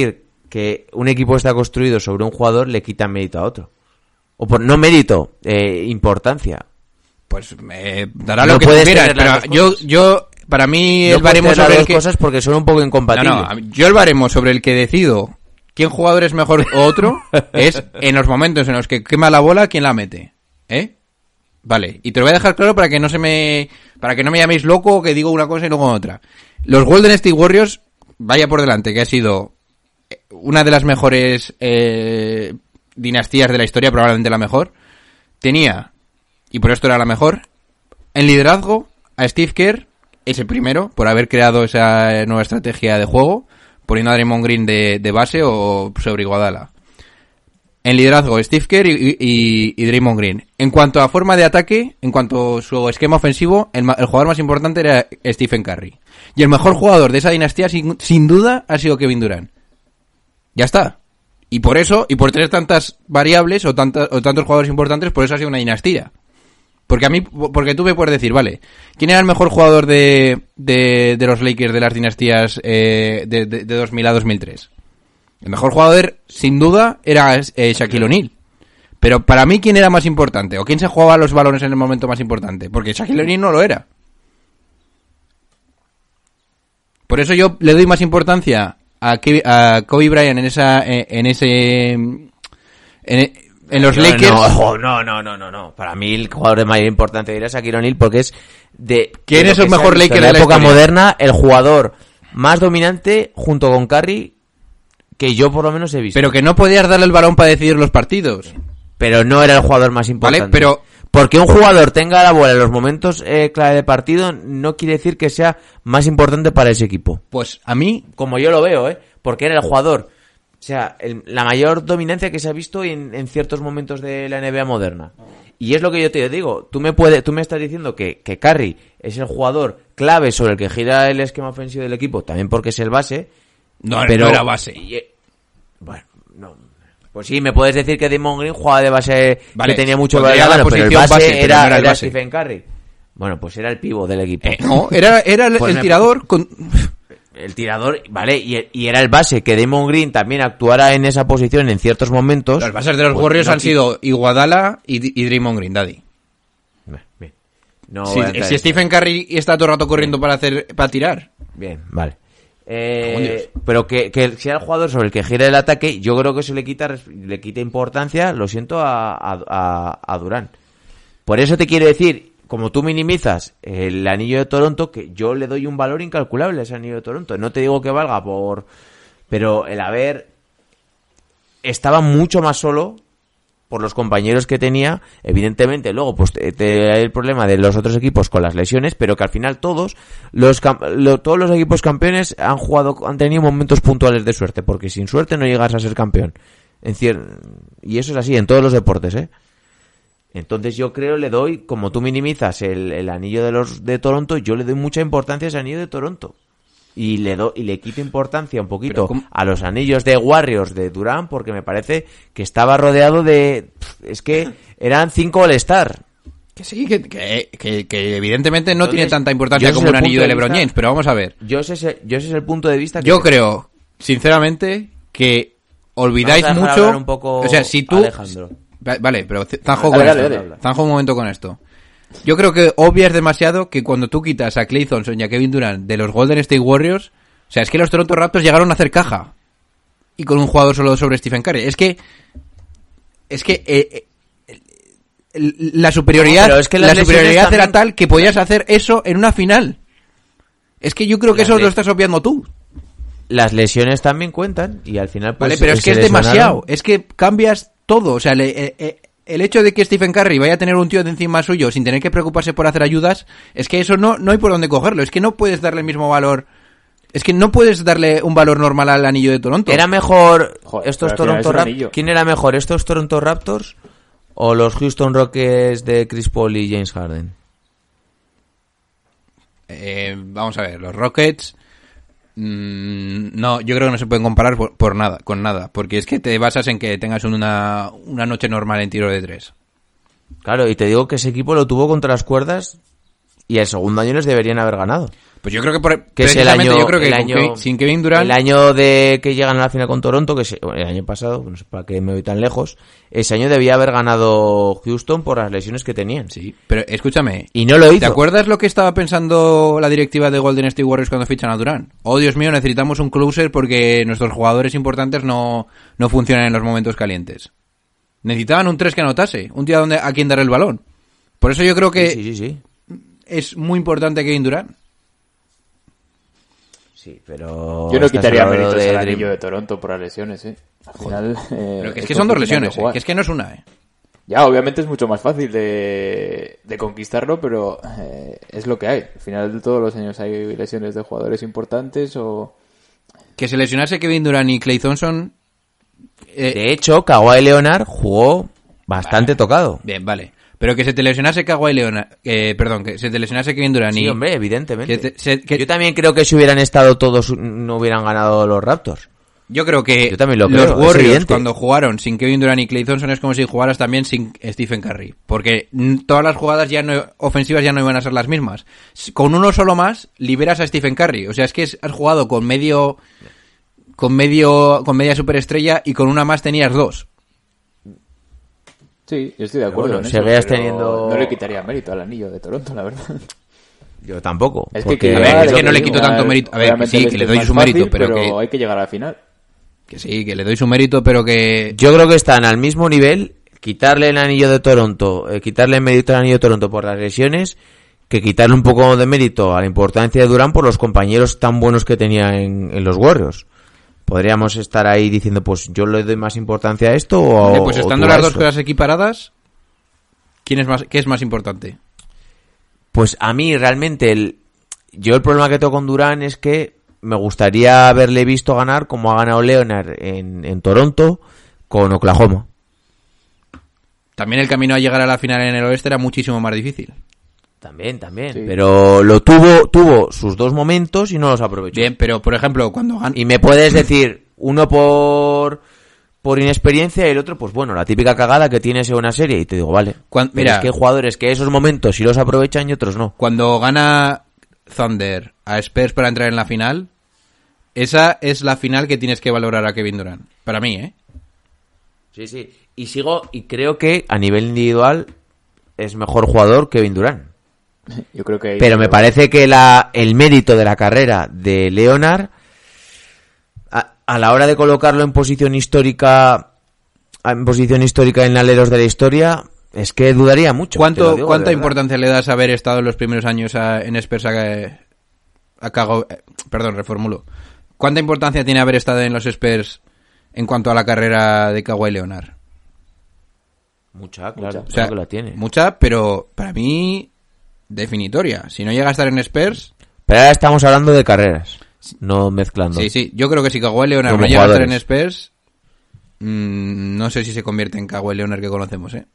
que un equipo está construido sobre un jugador le quita mérito a otro. O por no mérito, eh, importancia. Pues eh, dará No lo que puedes quieras, tener las pero dos yo, yo, para mí, No el baremo puedes tener sobre las el dos que... cosas porque son un poco No, incompatibles. no, yo el baremo sobre el que decido quién jugador es mejor o otro es en los momentos en los que quema la bola, quién la mete. ¿Eh? Vale, y te lo voy a dejar claro para que no se me... para que no me llaméis loco, que digo una cosa y luego otra. Los Golden State Warriors, vaya por delante, que ha sido una de las mejores eh, dinastías de la historia, probablemente la mejor, tenía, y por esto era la mejor, en liderazgo a Steve Kerr, ese primero, por haber creado esa nueva estrategia de juego, poniendo a Draymond Green de, de base o sobre Iguodala. En liderazgo Steve Kerr y, y, y Draymond Green. En cuanto a forma de ataque, en cuanto a su esquema ofensivo, el, el jugador más importante era Stephen Curry. Y el mejor jugador de esa dinastía, sin, sin duda, ha sido Kevin Durant. Ya está. Y por eso, y por tener tantas variables o, tantas, o tantos jugadores importantes, por eso ha sido una dinastía. Porque a mí, porque tú me puedes decir, vale, ¿quién era el mejor jugador de, de, de los Lakers de las dinastías eh, de, de, de dos mil a dos mil tres? El mejor jugador, sin duda, era eh, Shaquille O'Neal. Pero para mí, ¿quién era más importante? ¿O quién se jugaba los balones en el momento más importante? Porque Shaquille O'Neal no lo era. Por eso yo le doy más importancia a, Ke- a Kobe Bryant en esa, en ese, en, en los no, Lakers. No, no, no, no, no, no. Para mí el jugador de mayor importancia era Shaquille O'Neal porque es de... ¿Quién de es lo el que se mejor ha visto Laker en de la la época historia? moderna, el jugador más dominante junto con Curry que yo por lo menos he visto. Pero que no podías darle el balón para decidir los partidos. Pero no era el jugador más importante. Vale, pero... Porque un jugador tenga la bola en los momentos eh, clave de partido no quiere decir que sea más importante para ese equipo. Pues a mí... Como yo lo veo, ¿eh? Porque era el jugador. O sea, el- la mayor dominancia que se ha visto en, en ciertos momentos de la N B A moderna. Y es lo que yo te digo. Tú me puedes, tú me estás diciendo que, que Curry es el jugador clave sobre el que gira el esquema ofensivo del equipo, también porque es el base. No, pero no era base. y- bueno, no. Pues sí, me puedes decir que Draymond Green jugaba de base, Vale, que tenía mucho podría valor, la pero el posición base, base, pero era, no era el era base. Stephen Curry. Bueno, pues era el pivo del equipo. Eh, no, era, era el, Pues el me- tirador con... El tirador, vale, y, y era el base, que Draymond Green también actuara en esa posición en ciertos momentos. Los bases de los Pues Warriors no han qui- sido Iguodala y, y Draymond Green, Daddy. Bien. No Si, voy a entrar si en Stephen Curry está todo el rato corriendo para hacer para tirar. Bien, vale. Eh, pero que, que sea el jugador sobre el que gira el ataque, yo creo que eso le quita res- le quita importancia, lo siento, a, a, a, a Durant. Por eso te quiero decir, como tú minimizas el anillo de Toronto, que yo le doy un valor incalculable a ese anillo de Toronto. No te digo que valga por... Pero el haber... Estaba mucho más solo por los compañeros que tenía, evidentemente luego pues te, te hay el problema de los otros equipos con las lesiones, pero que al final todos los cam- lo- todos los equipos campeones han jugado, han tenido momentos puntuales de suerte, porque sin suerte no llegas a ser campeón. En cier- y eso es así en todos los deportes, ¿eh? Entonces yo creo le doy, como tú minimizas el, el anillo de los de Toronto, yo le doy mucha importancia a ese anillo de Toronto. Y le do, y le quito importancia un poquito Pero, ¿cómo? a los anillos de Warriors de Durant, porque me parece que estaba rodeado de... Es que eran cinco All-Star. Que sí, que, que, que, que evidentemente no Entonces, tiene tanta importancia yo ese como es un el anillo punto de de LeBron vista- James, pero vamos a ver. Yo ese, es- yo ese es el punto de vista que... Yo creo, sinceramente, que olvidáis Vamos a dejar mucho... hablar un poco O sea, si tú... Alejandro. Va- Vale, pero z- zanjo Dale, con dale, esto. dale. Zanjo un momento con esto. Yo creo que obvias demasiado que cuando tú quitas a Klay Thompson y a Kevin Durant de los Golden State Warriors, o sea, es que los Toronto Raptors llegaron a hacer caja. Y con un jugador solo sobre Stephen Curry. Es que... Es que... eh, eh, el- la superioridad, No, pero es que las la lesiones superioridad era también- tal que podías hacer eso en una final. Es que yo creo que Las eso le- lo estás obviando tú. Las lesiones también cuentan y al final pues... Vale, pero es se que es lesionaron. demasiado. Es que cambias todo. O sea, le- eh, eh, el hecho de que Stephen Curry vaya a tener un tío de encima suyo sin tener que preocuparse por hacer ayudas, es que eso no, no hay por dónde cogerlo. Es que no puedes darle el mismo valor. Es que no puedes darle un valor normal al anillo de Toronto. ¿Era mejor Joder, estos pero al final Toronto es un Raptors? anillo. ¿Quién era mejor, estos Toronto Raptors o los Houston Rockets de Chris Paul y James Harden? Eh, vamos a ver, los Rockets... mm, no, yo creo que no se pueden comparar por, por nada, con nada. Porque es que te basas en que tengas una, una noche normal en tiro de tres. Claro, y te digo que ese equipo lo tuvo contra las cuerdas y el segundo año les deberían haber ganado. Pues yo creo que por, que es el precisamente año, yo creo que el con año, Kevin- sin Kevin Durant el año de que llegan a la final con Toronto, que es bueno, el año pasado, no sé para qué me voy tan lejos, ese año debía haber ganado Houston por las lesiones que tenían. sí, pero escúchame, Y no lo hizo. ¿te acuerdas lo que estaba pensando la directiva de Golden State Warriors cuando fichan a Durant? Oh, Dios mío, necesitamos un closer porque nuestros jugadores importantes no, no funcionan en los momentos calientes. Necesitaban un tres que anotase, un tío donde, a quien dar el balón. Por eso yo creo que Sí, sí, sí. es muy importante Kevin Durant. Sí, pero... Yo no estás quitaría hablando méritos de al Dream- anillo de Toronto por las lesiones, ¿eh? Al final... eh, Pero que es que estos son dos que tenían lesiones, que eh, jugar. que es que no es una, eh. Ya, obviamente es mucho más fácil de, de conquistarlo, pero eh, es lo que hay. Al final de todos los años hay lesiones de jugadores importantes o... Que se lesionase Kevin Durant y Klay Thompson... eh, De hecho, Kawhi Leonard jugó bastante tocado. Bien, vale. Pero que se te lesionase Kawhi Leonard... Eh, perdón, que se te lesionase Kevin Durant y... Sí, hombre, evidentemente. que te- se- que- Yo también creo que si hubieran estado todos, no hubieran ganado los Raptors. Yo creo que Yo también lo los creo, es Warriors evidente. cuando jugaron sin Kevin Durant y Klay Thompson es como si jugaras también sin Stephen Curry, porque mm, todas las jugadas ya no, ofensivas ya no iban a ser las mismas. S- Con uno solo más liberas a Stephen Curry, o sea, es que es- has jugado con medio con medio con media superestrella y con una más tenías dos. Sí, yo estoy de acuerdo bueno, en eso, seguías pero teniendo- no le quitaría mérito al anillo de Toronto, la verdad. Yo tampoco. Es que, porque- que A ver, llegar, es que lo no le digo, quito tanto mérito. A ver, obviamente sí, el que le este doy es su más mérito, fácil, pero que- hay que llegar a la final. Que sí, que le doy su mérito, pero que Yo creo que están al mismo nivel quitarle el anillo de Toronto, eh, quitarle el mérito al anillo de Toronto por las lesiones, que quitarle un poco de mérito a la importancia de Durant por los compañeros tan buenos que tenía en, en los Warriors. Podríamos estar ahí diciendo, pues yo le doy más importancia a esto o, Vale, pues o estando tú a las dos eso. cosas equiparadas, ¿quién es más qué es más importante? Pues a mí realmente el, yo el problema que tengo con Durant es que me gustaría haberle visto ganar como ha ganado Leonard en, en Toronto con Oklahoma. También el camino a llegar a la final en el oeste era muchísimo más difícil. También, también. Sí. Pero lo tuvo, tuvo sus dos momentos y no los aprovechó. Bien, pero por ejemplo, cuando gan- Y me puedes decir, uno por por inexperiencia y el otro, pues bueno, la típica cagada que tienes en una serie. Y te digo, vale. Cuan- Pero mira. es que hay jugadores que esos momentos sí los aprovechan y otros no. cuando gana Thunder a Spurs para entrar en la final, esa es la final que tienes que valorar a Kevin Durant. Para mí, ¿eh? Sí, sí. Y sigo, y creo que a nivel individual es mejor jugador que Kevin Durant. Yo creo que... Pero me parece que la, el mérito de la carrera de Leonard, a, a la hora de colocarlo en posición histórica, en posición histórica en aleros de la historia, es que dudaría mucho. te lo ¿Cuánto, digo de ¿Cuánta verdad. importancia le das a haber estado en los primeros años a- en Spurs a, a Cago- eh, perdón, reformulo. ¿Cuánta importancia tiene haber estado en los Spurs en cuanto a la carrera de Kawhi Leonard? Mucha, claro, Mucha. O sea, claro que la tiene. mucha, pero para mí definitoria. Si no llega a estar en Spurs, Pero ahora estamos hablando de carreras, no mezclando. sí, sí, yo creo que si Kawhi Leonard Como no llega a estar en jugadores. Spurs, mmm, no sé si se convierte en Kawhi Leonard que conocemos, ¿eh?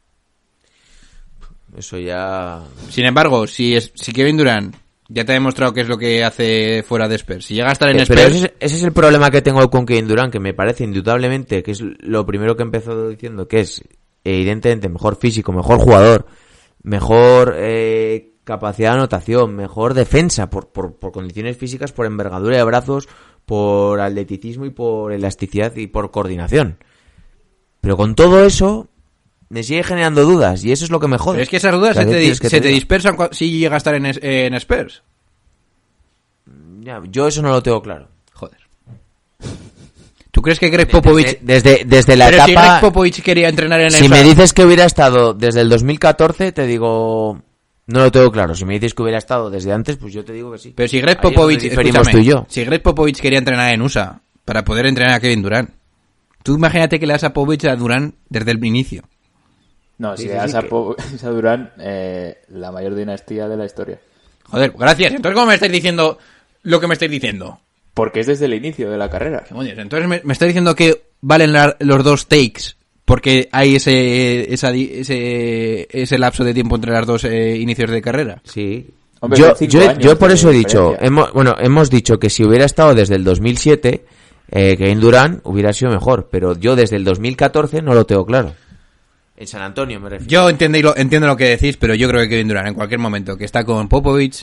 Eso ya... Sin embargo, si es si Kevin Durant ya te ha demostrado qué es lo que hace fuera de Spurs, si llega a estar en Eh, Spurs, pero ese, es- ese es el problema que tengo con Kevin Durant, que me parece indudablemente que es lo primero que he empezado diciendo, que es evidentemente mejor físico, mejor jugador, mejor eh, capacidad de anotación, mejor defensa por, por, por condiciones físicas, por envergadura de brazos, por atleticismo y por elasticidad y por coordinación. Pero con todo eso me sigue generando dudas y eso es lo que me jode. pero es que esas dudas O sea, se ¿qué te, quieres que se te te diga? dispersan cua- si llega a estar en, es- en Spurs. Ya, yo eso no lo tengo claro. Joder. ¿Tú crees que Greg Popovich... Desde, desde, desde la pero si etapa... Greg Popovich quería entrenar en el... Si me dices que hubiera estado desde el dos mil catorce, te digo... No lo tengo claro. Si me dices que hubiera estado desde antes, pues yo te digo que sí. Pero si Greg Ahí es Popovich... donde diferimos escúchame, tú y yo. si Greg Popovich quería entrenar en U S A para poder entrenar a Kevin Durant, tú imagínate que le das a Popovich a Durant desde el inicio. No, si Sí, le sí, das sí, a, que- Po- a Durant eh, la mayor dinastía de la historia. Joder, gracias. Entonces, ¿cómo me estáis diciendo lo que me estáis diciendo? Porque es desde el inicio de la carrera. Demonios, entonces me, me está diciendo que valen la- los dos takes porque hay ese esa di- ese ese lapso de tiempo entre las dos eh, inicios de carrera. Sí. Hombre, yo, son cinco yo, años yo por de eso he dicho... diferencia. Hemos, bueno, hemos dicho que si hubiera estado desde el dos mil siete, eh, Kevin Durant hubiera sido mejor. Pero yo desde el dos mil catorce no lo tengo claro. En San Antonio me refiero. Yo entiendo y lo, entiendo lo que decís, pero yo creo que Kevin Durant en cualquier momento que está con Popovich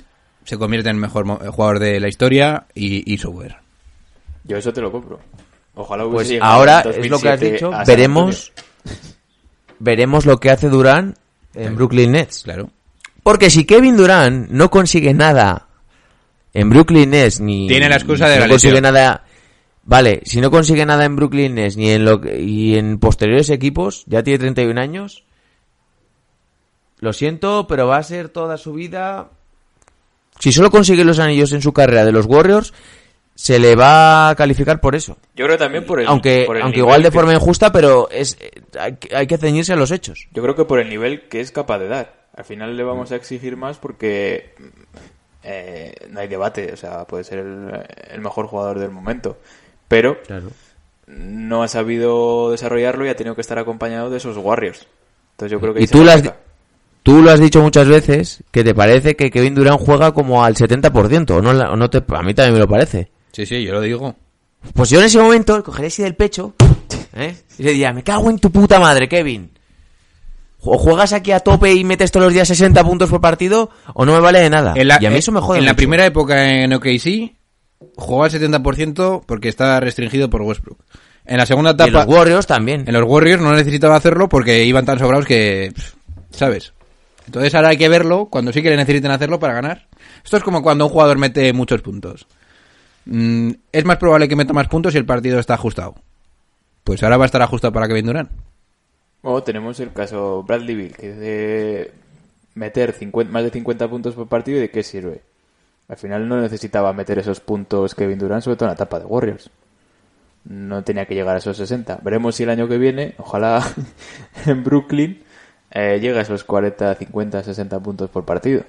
se convierte en el mejor mo- jugador de la historia y, y software. Yo eso te lo compro. Ojalá hubiese Pues llegado ahora en es lo que has dos mil siete dicho, a San veremos veremos lo que hace Durant en Brooklyn Nets. Claro. Porque si Kevin Durant no consigue nada en Brooklyn Nets ni Tiene la excusa ni de no la consigue lesión. nada, vale, si no consigue nada en Brooklyn Nets ni en lo que- y en posteriores equipos, ya tiene treinta y un años. Lo siento, pero va a ser toda su vida. Si solo consigue los anillos en su carrera de los Warriors, se le va a calificar por eso. Yo creo también por el aunque por el aunque nivel igual de que- forma injusta, pero es eh, hay, que- hay que ceñirse a los hechos. Yo creo que por el nivel que es capaz de dar. Al final le vamos a exigir más porque eh, no hay debate. O sea, puede ser el, el mejor jugador del momento. Pero Claro. no ha sabido desarrollarlo y ha tenido que estar acompañado de esos Warriors. Entonces yo creo que ahí Y se tú lo has, marca. tú lo has dicho muchas veces que te parece que Kevin Durant juega como al setenta por ciento, ¿o no, la- o no te, a mí también me lo parece. Sí, sí, yo lo digo. Pues yo en ese momento cogeré así del pecho, ¿eh? Y le diría, me cago en tu puta madre, Kevin. O juegas aquí a tope y metes todos los días sesenta puntos por partido, o no me vale de nada. En la, y a mí eh, eso me jode En la mucho. primera época en O K C, jugaba al setenta por ciento porque estaba restringido por Westbrook. En la segunda Y en etapa, los Warriors también. en los Warriors no necesitaba hacerlo porque iban tan sobrados que, pff, ¿sabes? Entonces ahora hay que verlo cuando sí que le necesiten hacerlo para ganar. Esto es como cuando un jugador mete muchos puntos. Mm, es más probable que meta más puntos si el partido está ajustado. Pues ahora va a estar ajustado para Kevin Durant. O tenemos el caso Bradley Beal, que es de meter cincuenta, más de cincuenta puntos por partido, ¿y de qué sirve? Al final no necesitaba meter esos puntos Kevin Durant, sobre todo en la etapa de Warriors. No tenía que llegar a esos sesenta. Veremos si el año que viene, ojalá en Brooklyn, eh, llega a esos cuarenta, cincuenta, sesenta puntos por partido.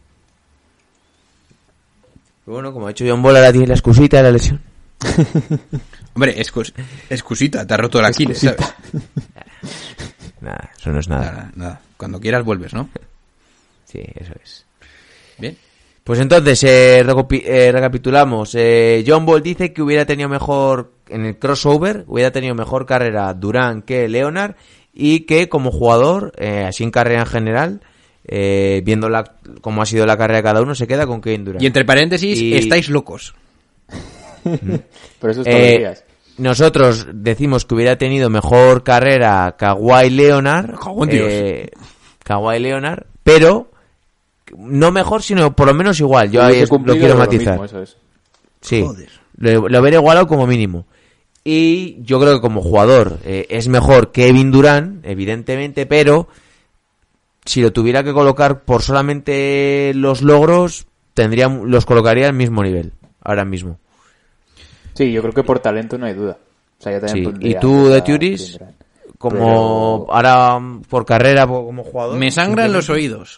Bueno, como ha hecho John Ball, ahora tiene la excusita de la lesión. Hombre, excus- excusita, te ha roto la Aquiles, ¿sabes? Nada, eso no es nada. Nada, nada. Cuando quieras vuelves, ¿no? Sí, eso es. Bien. Pues entonces, eh, recopi- eh, recapitulamos. Eh, John Ball dice que hubiera tenido mejor, en el crossover, hubiera tenido mejor carrera Durant que Leonard, y que como jugador, eh, así en carrera en general, eh, viendo la, cómo ha sido la carrera de cada uno, se queda con Kevin Durant. Y entre paréntesis, Y- estáis locos. Pero eso es todos Eh, los días. Nosotros decimos que hubiera tenido mejor carrera Kawhi Leonard. Cago en Dios. eh, Kawhi Leonard, pero no mejor, sino por lo menos igual. Yo ahí Hubiese es- lo cumplido quiero lo matizar. mismo, eso es. Sí, Joder. lo, lo veré igualado como mínimo. Y yo creo que como jugador eh, es mejor Kevin Durant, evidentemente, pero si lo tuviera que colocar por solamente los logros, tendría los colocaría al mismo nivel, ahora mismo. Sí, yo creo que por talento no hay duda. O sea, yo también Sí. pondría ¿Y tú, a de Turis? Kevin Durant. Como Pero- ahora mm, por carrera, po- como jugador. Me sangran los oídos.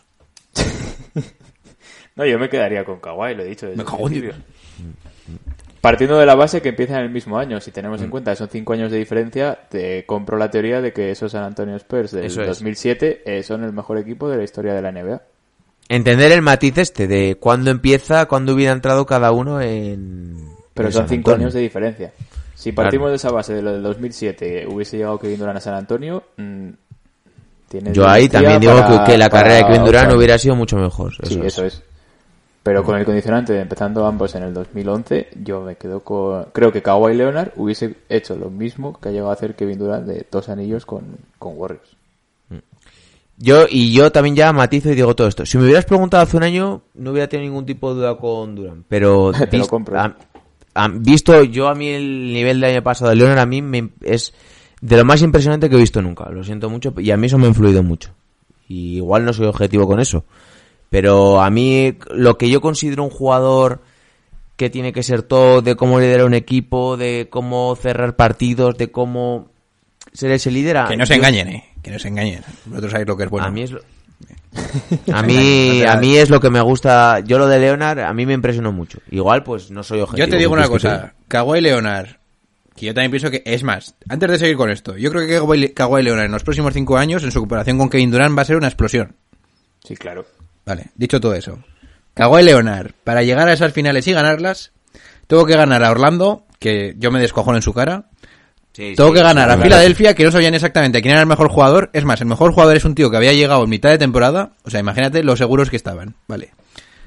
No, yo me quedaría con Kawhi, lo he dicho desde Me el cago en principio. Partiendo de la base que empiezan el mismo año, si tenemos Mm. en cuenta que son cinco años de diferencia, te compro la teoría de que esos San Antonio Spurs del Eso es. dos mil siete eh, son el mejor equipo de la historia de la N B A. Entender el matiz este de cuándo empieza, cuándo hubiera entrado cada uno en. Pero en son San cinco Antonio. años de diferencia. Si partimos de esa base de lo del dos mil siete, hubiese llegado Kevin Durant a San Antonio, mmm, tiene Yo ahí dinastía también digo para- que, que la para carrera de Kevin ocho Durant años. hubiera sido mucho mejor. Eso Sí, es. eso es. Pero con el condicionante de empezando ambos en el dos mil once, yo me quedo con... Creo que Kawhi Leonard hubiese hecho lo mismo que ha llegado a hacer Kevin Durant de dos anillos con, con Warriors. Yo, y yo también ya matizo y digo todo esto. Si me hubieras preguntado hace un año, no hubiera tenido ningún tipo de duda con Durant. Pero Te lo vis- compro. a- a- visto yo a mí el nivel del año pasado de Leonard, a mí me, es de lo más impresionante que he visto nunca. Lo siento mucho y a mí eso me ha influido mucho. Y igual no soy objetivo con eso. Pero a mí lo que yo considero un jugador que tiene que ser todo, de cómo liderar un equipo, de cómo cerrar partidos, de cómo ser ese líder. a- Que no se yo- engañen, eh. Que no se engañen. Vosotros sabéis lo que es bueno. A mí es lo... A mí, a mí es lo que me gusta. Yo lo de Leonard, a mí me impresionó mucho. Igual, pues no soy objetivo. Yo te digo porque una es que cosa. Kawhi Leonard, que yo también pienso que... Es más, antes de seguir con esto, yo creo que Kawhi, Kawhi Leonard en los próximos cinco años, en su comparación con Kevin Durant, va a ser una explosión. Sí, claro. Vale, dicho todo eso. Kawhi Leonard, para llegar a esas finales y ganarlas, tengo que ganar a Orlando, que yo me descojono en su cara. Sí, Tengo sí, que ganar sí, a claro. Filadelfia, que no sabían exactamente quién era el mejor jugador. Es más, el mejor jugador es un tío que había llegado en mitad de temporada. O sea, imagínate lo seguros que estaban. Vale.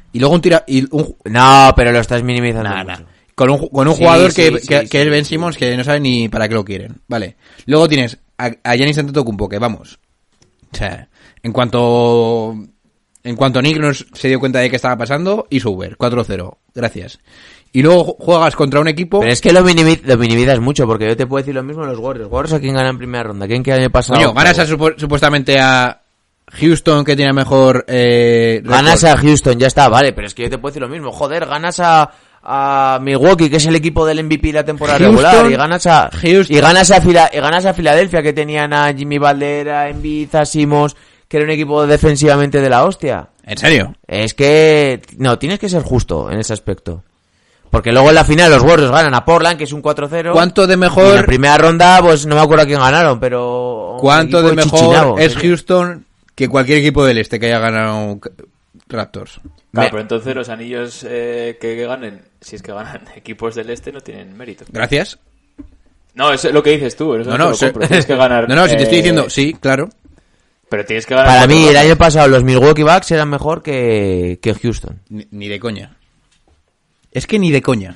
Y luego un tira... Y un, No, pero lo estás minimizando Nah, mucho. nah. Con un, con un Sí, jugador sí, que, sí, que, sí, que sí, es Ben sí. Simmons, que no sabe ni para qué lo quieren. Vale. Luego tienes a, a Giannis Antetokounmpo, que vamos. O sea, en cuanto... En cuanto Nick nos se dio cuenta de qué estaba pasando, hizo Uber, cuatro cero. Gracias. Y luego juegas contra un equipo... Pero es que lo, minimi- lo minimizas mucho, porque yo te puedo decir lo mismo en los Warriors. Warriors a quién gana en primera ronda, quién que el año pasado. Coño, ganas a, supo- supuestamente a Houston, que tiene mejor... Eh, Ganas récord. a Houston, ya está, vale, pero es que yo te puedo decir lo mismo. Joder, ganas a, a Milwaukee, que es el equipo del M V P de la temporada Houston, regular, y ganas a Houston. y ganas a Fila- y ganas a Filadelfia, que tenían a Jimmy Baldera, Embiid, a Simmons, que era un equipo defensivamente de la hostia. ¿En serio? Es que no, tienes que ser justo en ese aspecto. Porque luego en la final los Warriors ganan a Portland, que es un cuatro cero. ¿Cuánto de Y en mejor... la primera ronda, pues no me acuerdo a quién ganaron, pero... un ¿Cuánto equipo de mejor chichinabo, es ¿sí? Houston que cualquier equipo del este que haya ganado Raptors? Claro, Me- pero entonces los anillos eh, que, que ganen, si es que ganan equipos del este, no tienen mérito. Gracias. No, es lo que dices tú, eso No, no, no, te lo sé- compro. Tienes que ganar. no, no, si te estoy eh, diciendo, sí, claro. Pero tienes que ganar. Para cuatro mí, el rondas. año pasado los Milwaukee Bucks eran mejor que, que Houston. Ni, ni de coña. Es que ni de coña.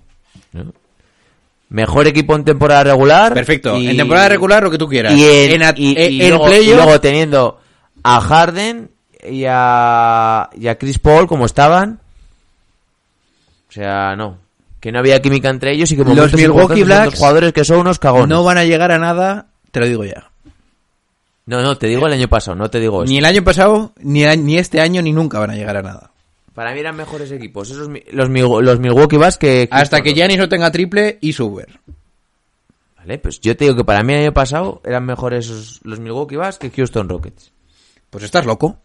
Mejor equipo en temporada regular. Perfecto. y- En temporada regular lo que tú quieras. Y en, at- y- en- y en luego, y playoff, luego teniendo a Harden y a, y a Chris Paul como estaban. O sea, no. Que no había química entre ellos y que Los momentos Milwaukee importantes son Bucks dos jugadores que son unos cagones. no van a llegar a nada, te lo digo ya. No, no, te digo el año pasado, no te digo esto. Ni el año pasado, ni, el- ni este año, ni nunca van a llegar a nada. Para mí eran mejores equipos. Esos, mi- los, Mil- los Milwaukee Bucks que... Hasta que Giannis no tenga triple y Suber. Vale, pues yo te digo que para mí el año pasado eran mejores esos- los Milwaukee Bucks que Houston Rockets. Pues estás loco.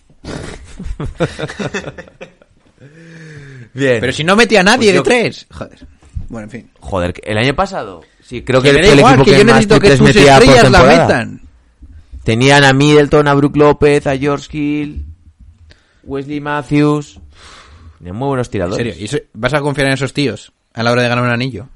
Bien. Pero si no metía a nadie Pues yo- de tres. Joder. Bueno, en fin. Joder, que el año pasado. Sí, creo que, Que me fue da el igual, equipo que que, yo más necesito que triples tus metía por estrellas la temporada. metan. Tenían a Middleton, a Brook López, a George Hill, Wesley Matthews. Tenían muy buenos En tiradores. serio, ¿y eso- ¿vas a confiar en esos tíos a la hora de ganar un anillo?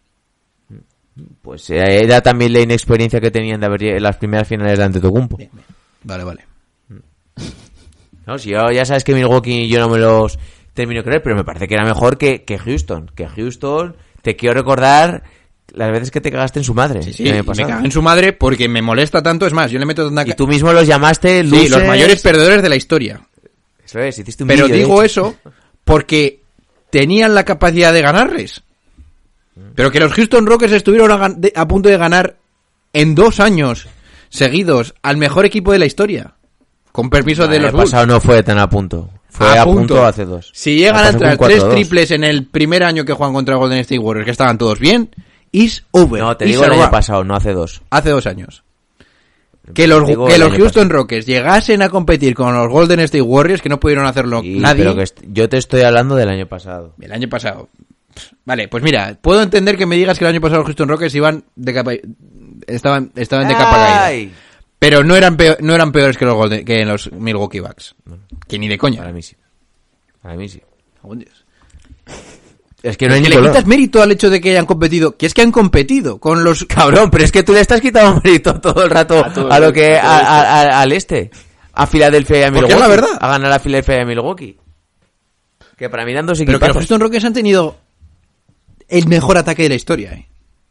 Pues eh, era también la inexperiencia que tenían de haber llegado en las primeras finales de Antetokounmpo. Vale, vale. No, si yo, ya sabes que Milwaukee yo no me los termino de creer, pero me parece que era mejor que, que Houston. Que Houston, te quiero recordar las veces que te cagaste en su madre. Sí, sí, el año y me pasado. cago en su madre porque me molesta tanto. Es más, yo le meto tanta... Y tú mismo los llamaste Sí, losers. los mayores perdedores de la historia. Eso es, hiciste un Pero vídeo, de digo hecho. eso porque tenían la capacidad de ganarles. Pero que los Houston Rockets estuvieron a, gan- de- a punto de ganar en dos años seguidos al mejor equipo de la historia. Con permiso No, de el los año Bulls. pasado no fue tan a punto. Fue a, punto. hace dos. Si llegan a Pasó con entrar cuatro tres dos. triples en el primer año que juegan contra Golden State Warriors, que estaban todos bien, is over. No, te Is digo a el año wrap. pasado, no hace dos. Hace dos años. Que los, Digo que el los año Houston pasado. Rockets llegasen a competir con los Golden State Warriors, que no pudieron hacerlo Sí, nadie, pero que est- yo te estoy hablando del año pasado. el año pasado. Pff, Vale, pues mira, puedo entender que me digas que el año pasado los Houston Rockets iban de capa, estaban, estaban de capa caída. ¡Ay! Pero no eran peor- no eran peores que los Golden, que los Milwaukee Bucks. Que ni de coña. Para mí sí. Para mí sí. Oh, Dios. Es que no Es hay que ni le color. quitas mérito al hecho de que hayan competido. Que es que han competido con los... Cabrón, pero es que tú le estás quitando mérito todo el rato A todo a lo el- que a todo a- esto. a- a- al este, a Filadelfia y a Porque Milwaukee. es la verdad. A ganar a Filadelfia y a Milwaukee. Que para mí dan dos Pero que equipos. los Houston Rockets han tenido el mejor ataque de la historia, eh.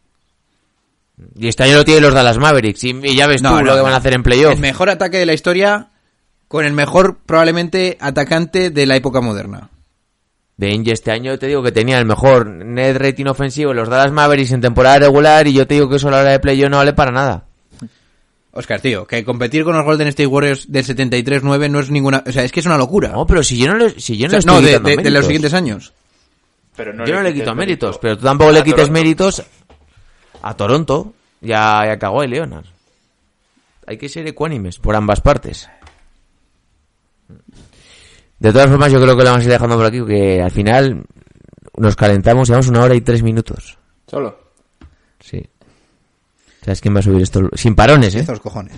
Y este año lo tienen los Dallas Mavericks. Y, y ya ves No, tú no, lo que no. van a hacer en playoff. El mejor ataque de la historia con el mejor, probablemente, atacante de la época moderna. Ven, y este año te digo que tenía el mejor net rating ofensivo los Dallas Mavericks en temporada regular. Y yo te digo que eso a la hora de playoff no vale para nada. Oscar, tío, que competir con los Golden State Warriors del setenta y tres nueve no es ninguna... O sea, es que es una locura. No, pero si yo no le, si yo O no sea, le estoy no, de, quitando de- de los méritos. siguientes años. Pero no Yo no le quites quito mérito méritos, pero tú tampoco le a quites Toronto. méritos a Toronto y a, y a Kawhi Leonard. Hay que ser ecuánimes por ambas partes. De todas formas, yo creo que lo vamos a ir dejando por aquí, porque al final nos calentamos, llevamos una hora y tres minutos. Solo. Sí. ¿Sabes quién va a subir esto? Sin parones, ¿eh? Estos cojones.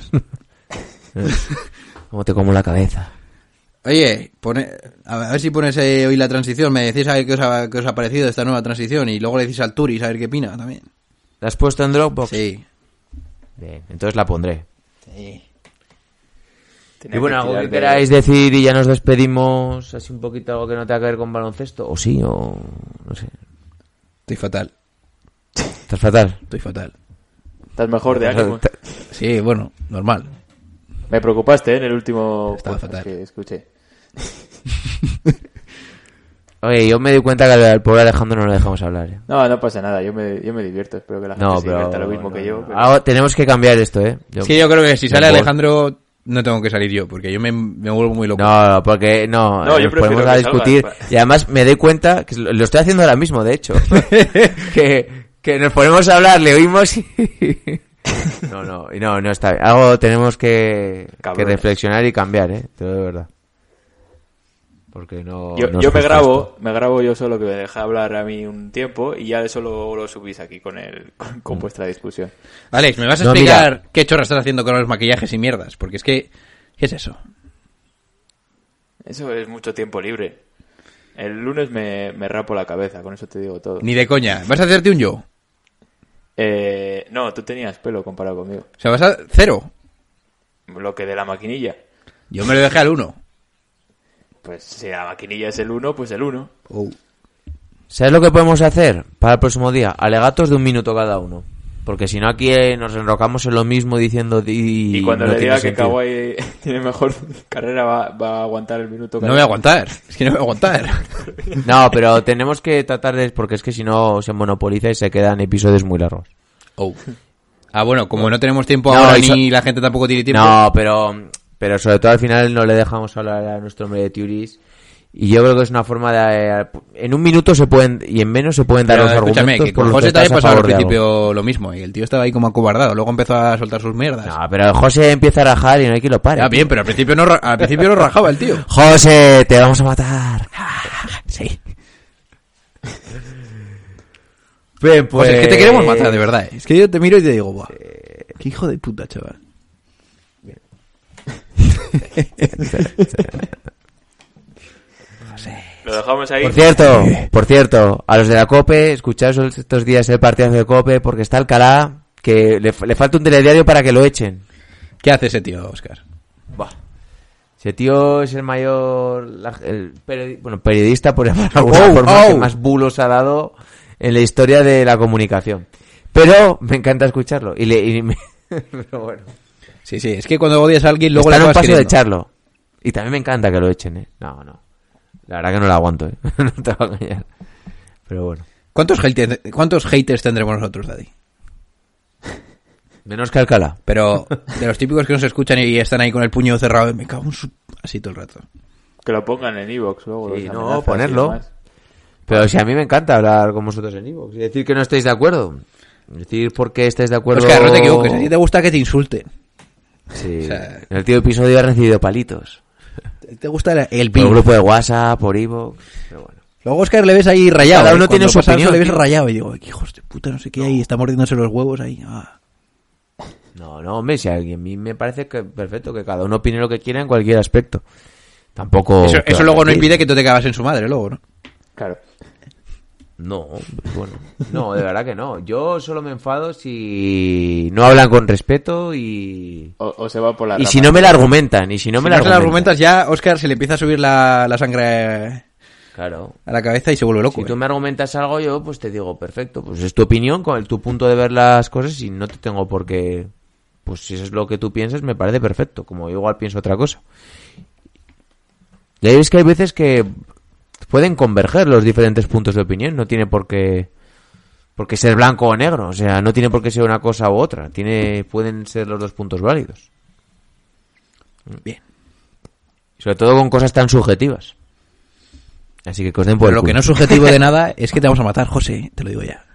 Como te como la cabeza. Oye, pone, a ver si pones eh, hoy la transición. Me decís a ver qué os, ha, qué os ha parecido esta nueva transición. Y luego le decís al Turis a ver qué opina también. ¿La has puesto en Dropbox? Sí. Bien, entonces la pondré. Sí. Tenía Y bueno, que algo tirar que de- queráis decir y ya nos despedimos, así un poquito algo que no tenga que ver con baloncesto, o sí, o no sé. Estoy fatal, Estás fatal. estoy fatal. Estás mejor de ánimo. Sí, bueno, normal. Me preocupaste, ¿eh? En el último Estaba podcast fatal. que escuché. Oye, yo me di cuenta que al, al pobre Alejandro no le dejamos hablar. ¿eh? No, no pasa nada. Yo me, yo me divierto. Espero que la gente No, se pero... divierta lo mismo que no, yo. no. pero- Ahora tenemos que cambiar esto, ¿eh? Yo- Es que yo creo que si yo sale puedo- Alejandro, no tengo que salir yo, porque yo me, me vuelvo muy loco. No, no, porque no, No, yo nos prefiero ponemos que a discutir salgas. y además me doy cuenta que lo lo estoy haciendo ahora mismo, de hecho, que, que nos ponemos a hablar, le oímos y no, no, y no, no está bien. Algo tenemos que, que Cabrones. reflexionar y cambiar, eh, te lo digo de verdad. Porque no. Yo, no es yo me justo grabo, esto. me grabo yo solo, que me deja hablar a mí un tiempo y ya eso lo, lo subís aquí con el con, con vuestra discusión. Alex, ¿me vas a No, explicar mira. qué chorra estás haciendo con los maquillajes y mierdas? Porque es que... ¿Qué es eso? Eso es mucho tiempo libre. El lunes me, me rapo la cabeza, con eso te digo todo. Ni de coña. ¿Vas a hacerte un yo? Eh, no, tú tenías pelo comparado conmigo. O sea, vas a... Cero. Lo que de la maquinilla. Yo me lo dejé al uno. Pues si la maquinilla es el uno, pues el uno. ¿Sabes lo que podemos hacer para el próximo día? Alegatos de un minuto cada uno. Porque si no aquí eh, nos enrocamos en lo mismo diciendo... Y, Y cuando no le tiene diga que sentido. Kawhi tiene mejor carrera, va, va a aguantar el minuto. No voy a aguantar. Es que no voy a aguantar. No, pero tenemos que tratar de... Porque es que si no se monopoliza y se quedan episodios muy largos. Oh. Ah, bueno, como no tenemos tiempo No, ahora y so- ni la gente tampoco tiene tiempo... No, pero... Pero sobre todo al final no le dejamos hablar a nuestro hombre de Turis. Y yo creo que es una forma de... eh, En un minuto se pueden... Y en menos se pueden dar Pero los escúchame, argumentos que por con los que José también estás a pasaba al favor de algo. principio lo mismo. Y el tío estaba ahí como acobardado. Luego empezó a soltar sus mierdas. No, pero José empieza a rajar y no hay quien lo pare. Ya, bien, pero al principio no, ra- al principio no rajaba el tío. José, te vamos a matar. Sí. Bien, Pues es que te queremos matar, de verdad. Es que yo te miro y te digo, buah, qué hijo de puta, chaval. Lo dejamos ahí. Por cierto, por cierto, a los de la COPE, escuchaos estos días el partido de COPE porque está Alcalá, que le, le falta un telediario para que lo echen. ¿Qué hace ese tío, Oscar? Buah. Ese tío es el mayor, la- el periodi- bueno, periodista, por llamar de alguna Oh, forma, oh. que más bulos ha dado en la historia de la comunicación. Pero me encanta escucharlo. Y le, y me- pero bueno. Sí, sí, es que cuando odias a alguien luego Está le en un acabas paso de queriendo. echarlo. Y también me encanta que lo echen, ¿eh? No, no. La verdad que no lo aguanto, ¿eh? No te voy a engañar. Pero bueno. ¿Cuántos haters, ¿Cuántos haters tendremos nosotros, Daddy? Menos que Alcalá. Pero de los típicos que nos escuchan y están ahí con el puño cerrado, me cago en su... Así todo el rato. Que lo pongan en iVoox luego. Sí, los no, amenazas y ponerlo. demás. Pero si a mí me encanta hablar con vosotros en iVoox y decir que no estáis de acuerdo. Decir por qué estáis de acuerdo. Oscar, no te equivoques, a ti te gusta que te insulten. Sí. O sea- En el último episodio he recibido palitos. Te gusta el, el Por beef. grupo de WhatsApp, por iVoox. Pero bueno. Luego Oscar le ves ahí rayado. Cada ¿eh? uno tiene Cuando su pasa eso opinión, le ves tío. rayado y digo, "Qué hijos de puta, no sé qué, ahí está mordiéndose los huevos ahí. Ah. No, no, hombre, si a alguien- a mí me parece que perfecto que cada uno opine lo que quiera en cualquier aspecto. Tampoco. Eso, ¿qué eso vas luego a no decir? impide que tú te cagas en su madre, luego, ¿no? Claro. No, bueno, no, de verdad que no. Yo solo me enfado si no hablan con respeto y O, o se va por la y rama. si no me la argumentan y si no Si me no la se la argumentan. argumentas ya, Oscar se le empieza a subir la, la sangre Claro. a la cabeza y se vuelve loco. Si ¿eh? tú me argumentas algo, yo pues te digo, perfecto, pues es tu opinión, con el, tu punto de ver las cosas y no te tengo por qué... Pues si eso es lo que tú piensas, me parece perfecto, como yo igual pienso otra cosa. Y ahí ves que hay veces que pueden converger los diferentes puntos de opinión, no tiene por qué, por qué ser blanco o negro, o sea, no tiene por qué ser una cosa u otra, tiene, pueden ser los dos puntos válidos. Bien. Y sobre todo con cosas tan subjetivas. Así que que os den por Pero el lo que culo. no es subjetivo de nada es que te vamos a matar, José, te lo digo ya.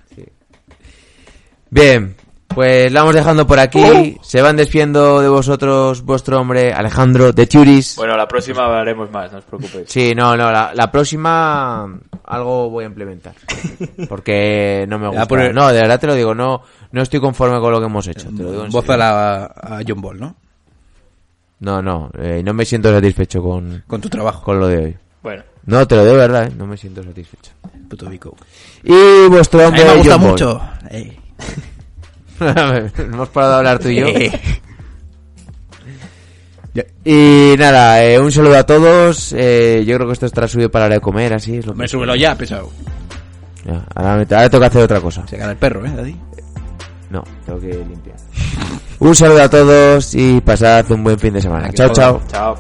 Bien, pues la vamos dejando por aquí. Se van despidiendo de vosotros vuestro hombre Alejandro de Turis. Bueno, la próxima hablaremos más, no os preocupéis. Sí, no, no, la, la próxima algo voy a implementar. Porque no me gusta. poner- No, de verdad te lo digo, no no estoy conforme con lo que hemos hecho. Te lo digo en Voz serio. a, la, a John Ball, ¿no? No, no, eh, no me siento satisfecho con, Con tu trabajo. con lo de hoy. Bueno, No, te lo digo de verdad, eh, no me siento satisfecho. Puto Vico. Y vuestro A mí hombre me gusta John Ball. mucho. Eh. Hemos parado de hablar tú y yo. Y nada, eh, un saludo a todos. Eh, yo creo que esto estará subido para la hora de comer, así es lo que... Me súbelo ya, pesado. Ya, ahora, me, ahora tengo que hacer otra cosa. Se gana el perro, ¿eh, Daddy? No, tengo que limpiar. Un saludo a todos y pasad un buen fin de semana. Aquí Chao, todo. chao. Chao.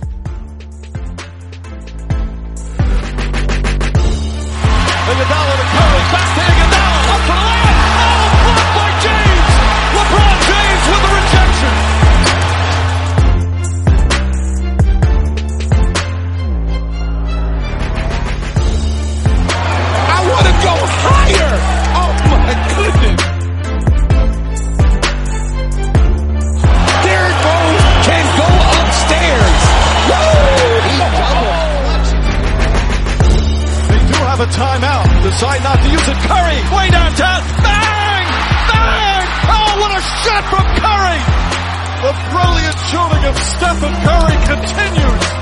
Iguodala to Curry, back to Iguodala, up for the layup. Oh, blocked by James. LeBron James with the rejection. I want to go higher. Oh my goodness. Derrick Rose can go upstairs. Woo! He double. They do have a timeout. Decide not to use it. Curry, way downtown. Bang! Bang! Oh, what a shot from Curry! The brilliant shooting of Stephen Curry continues.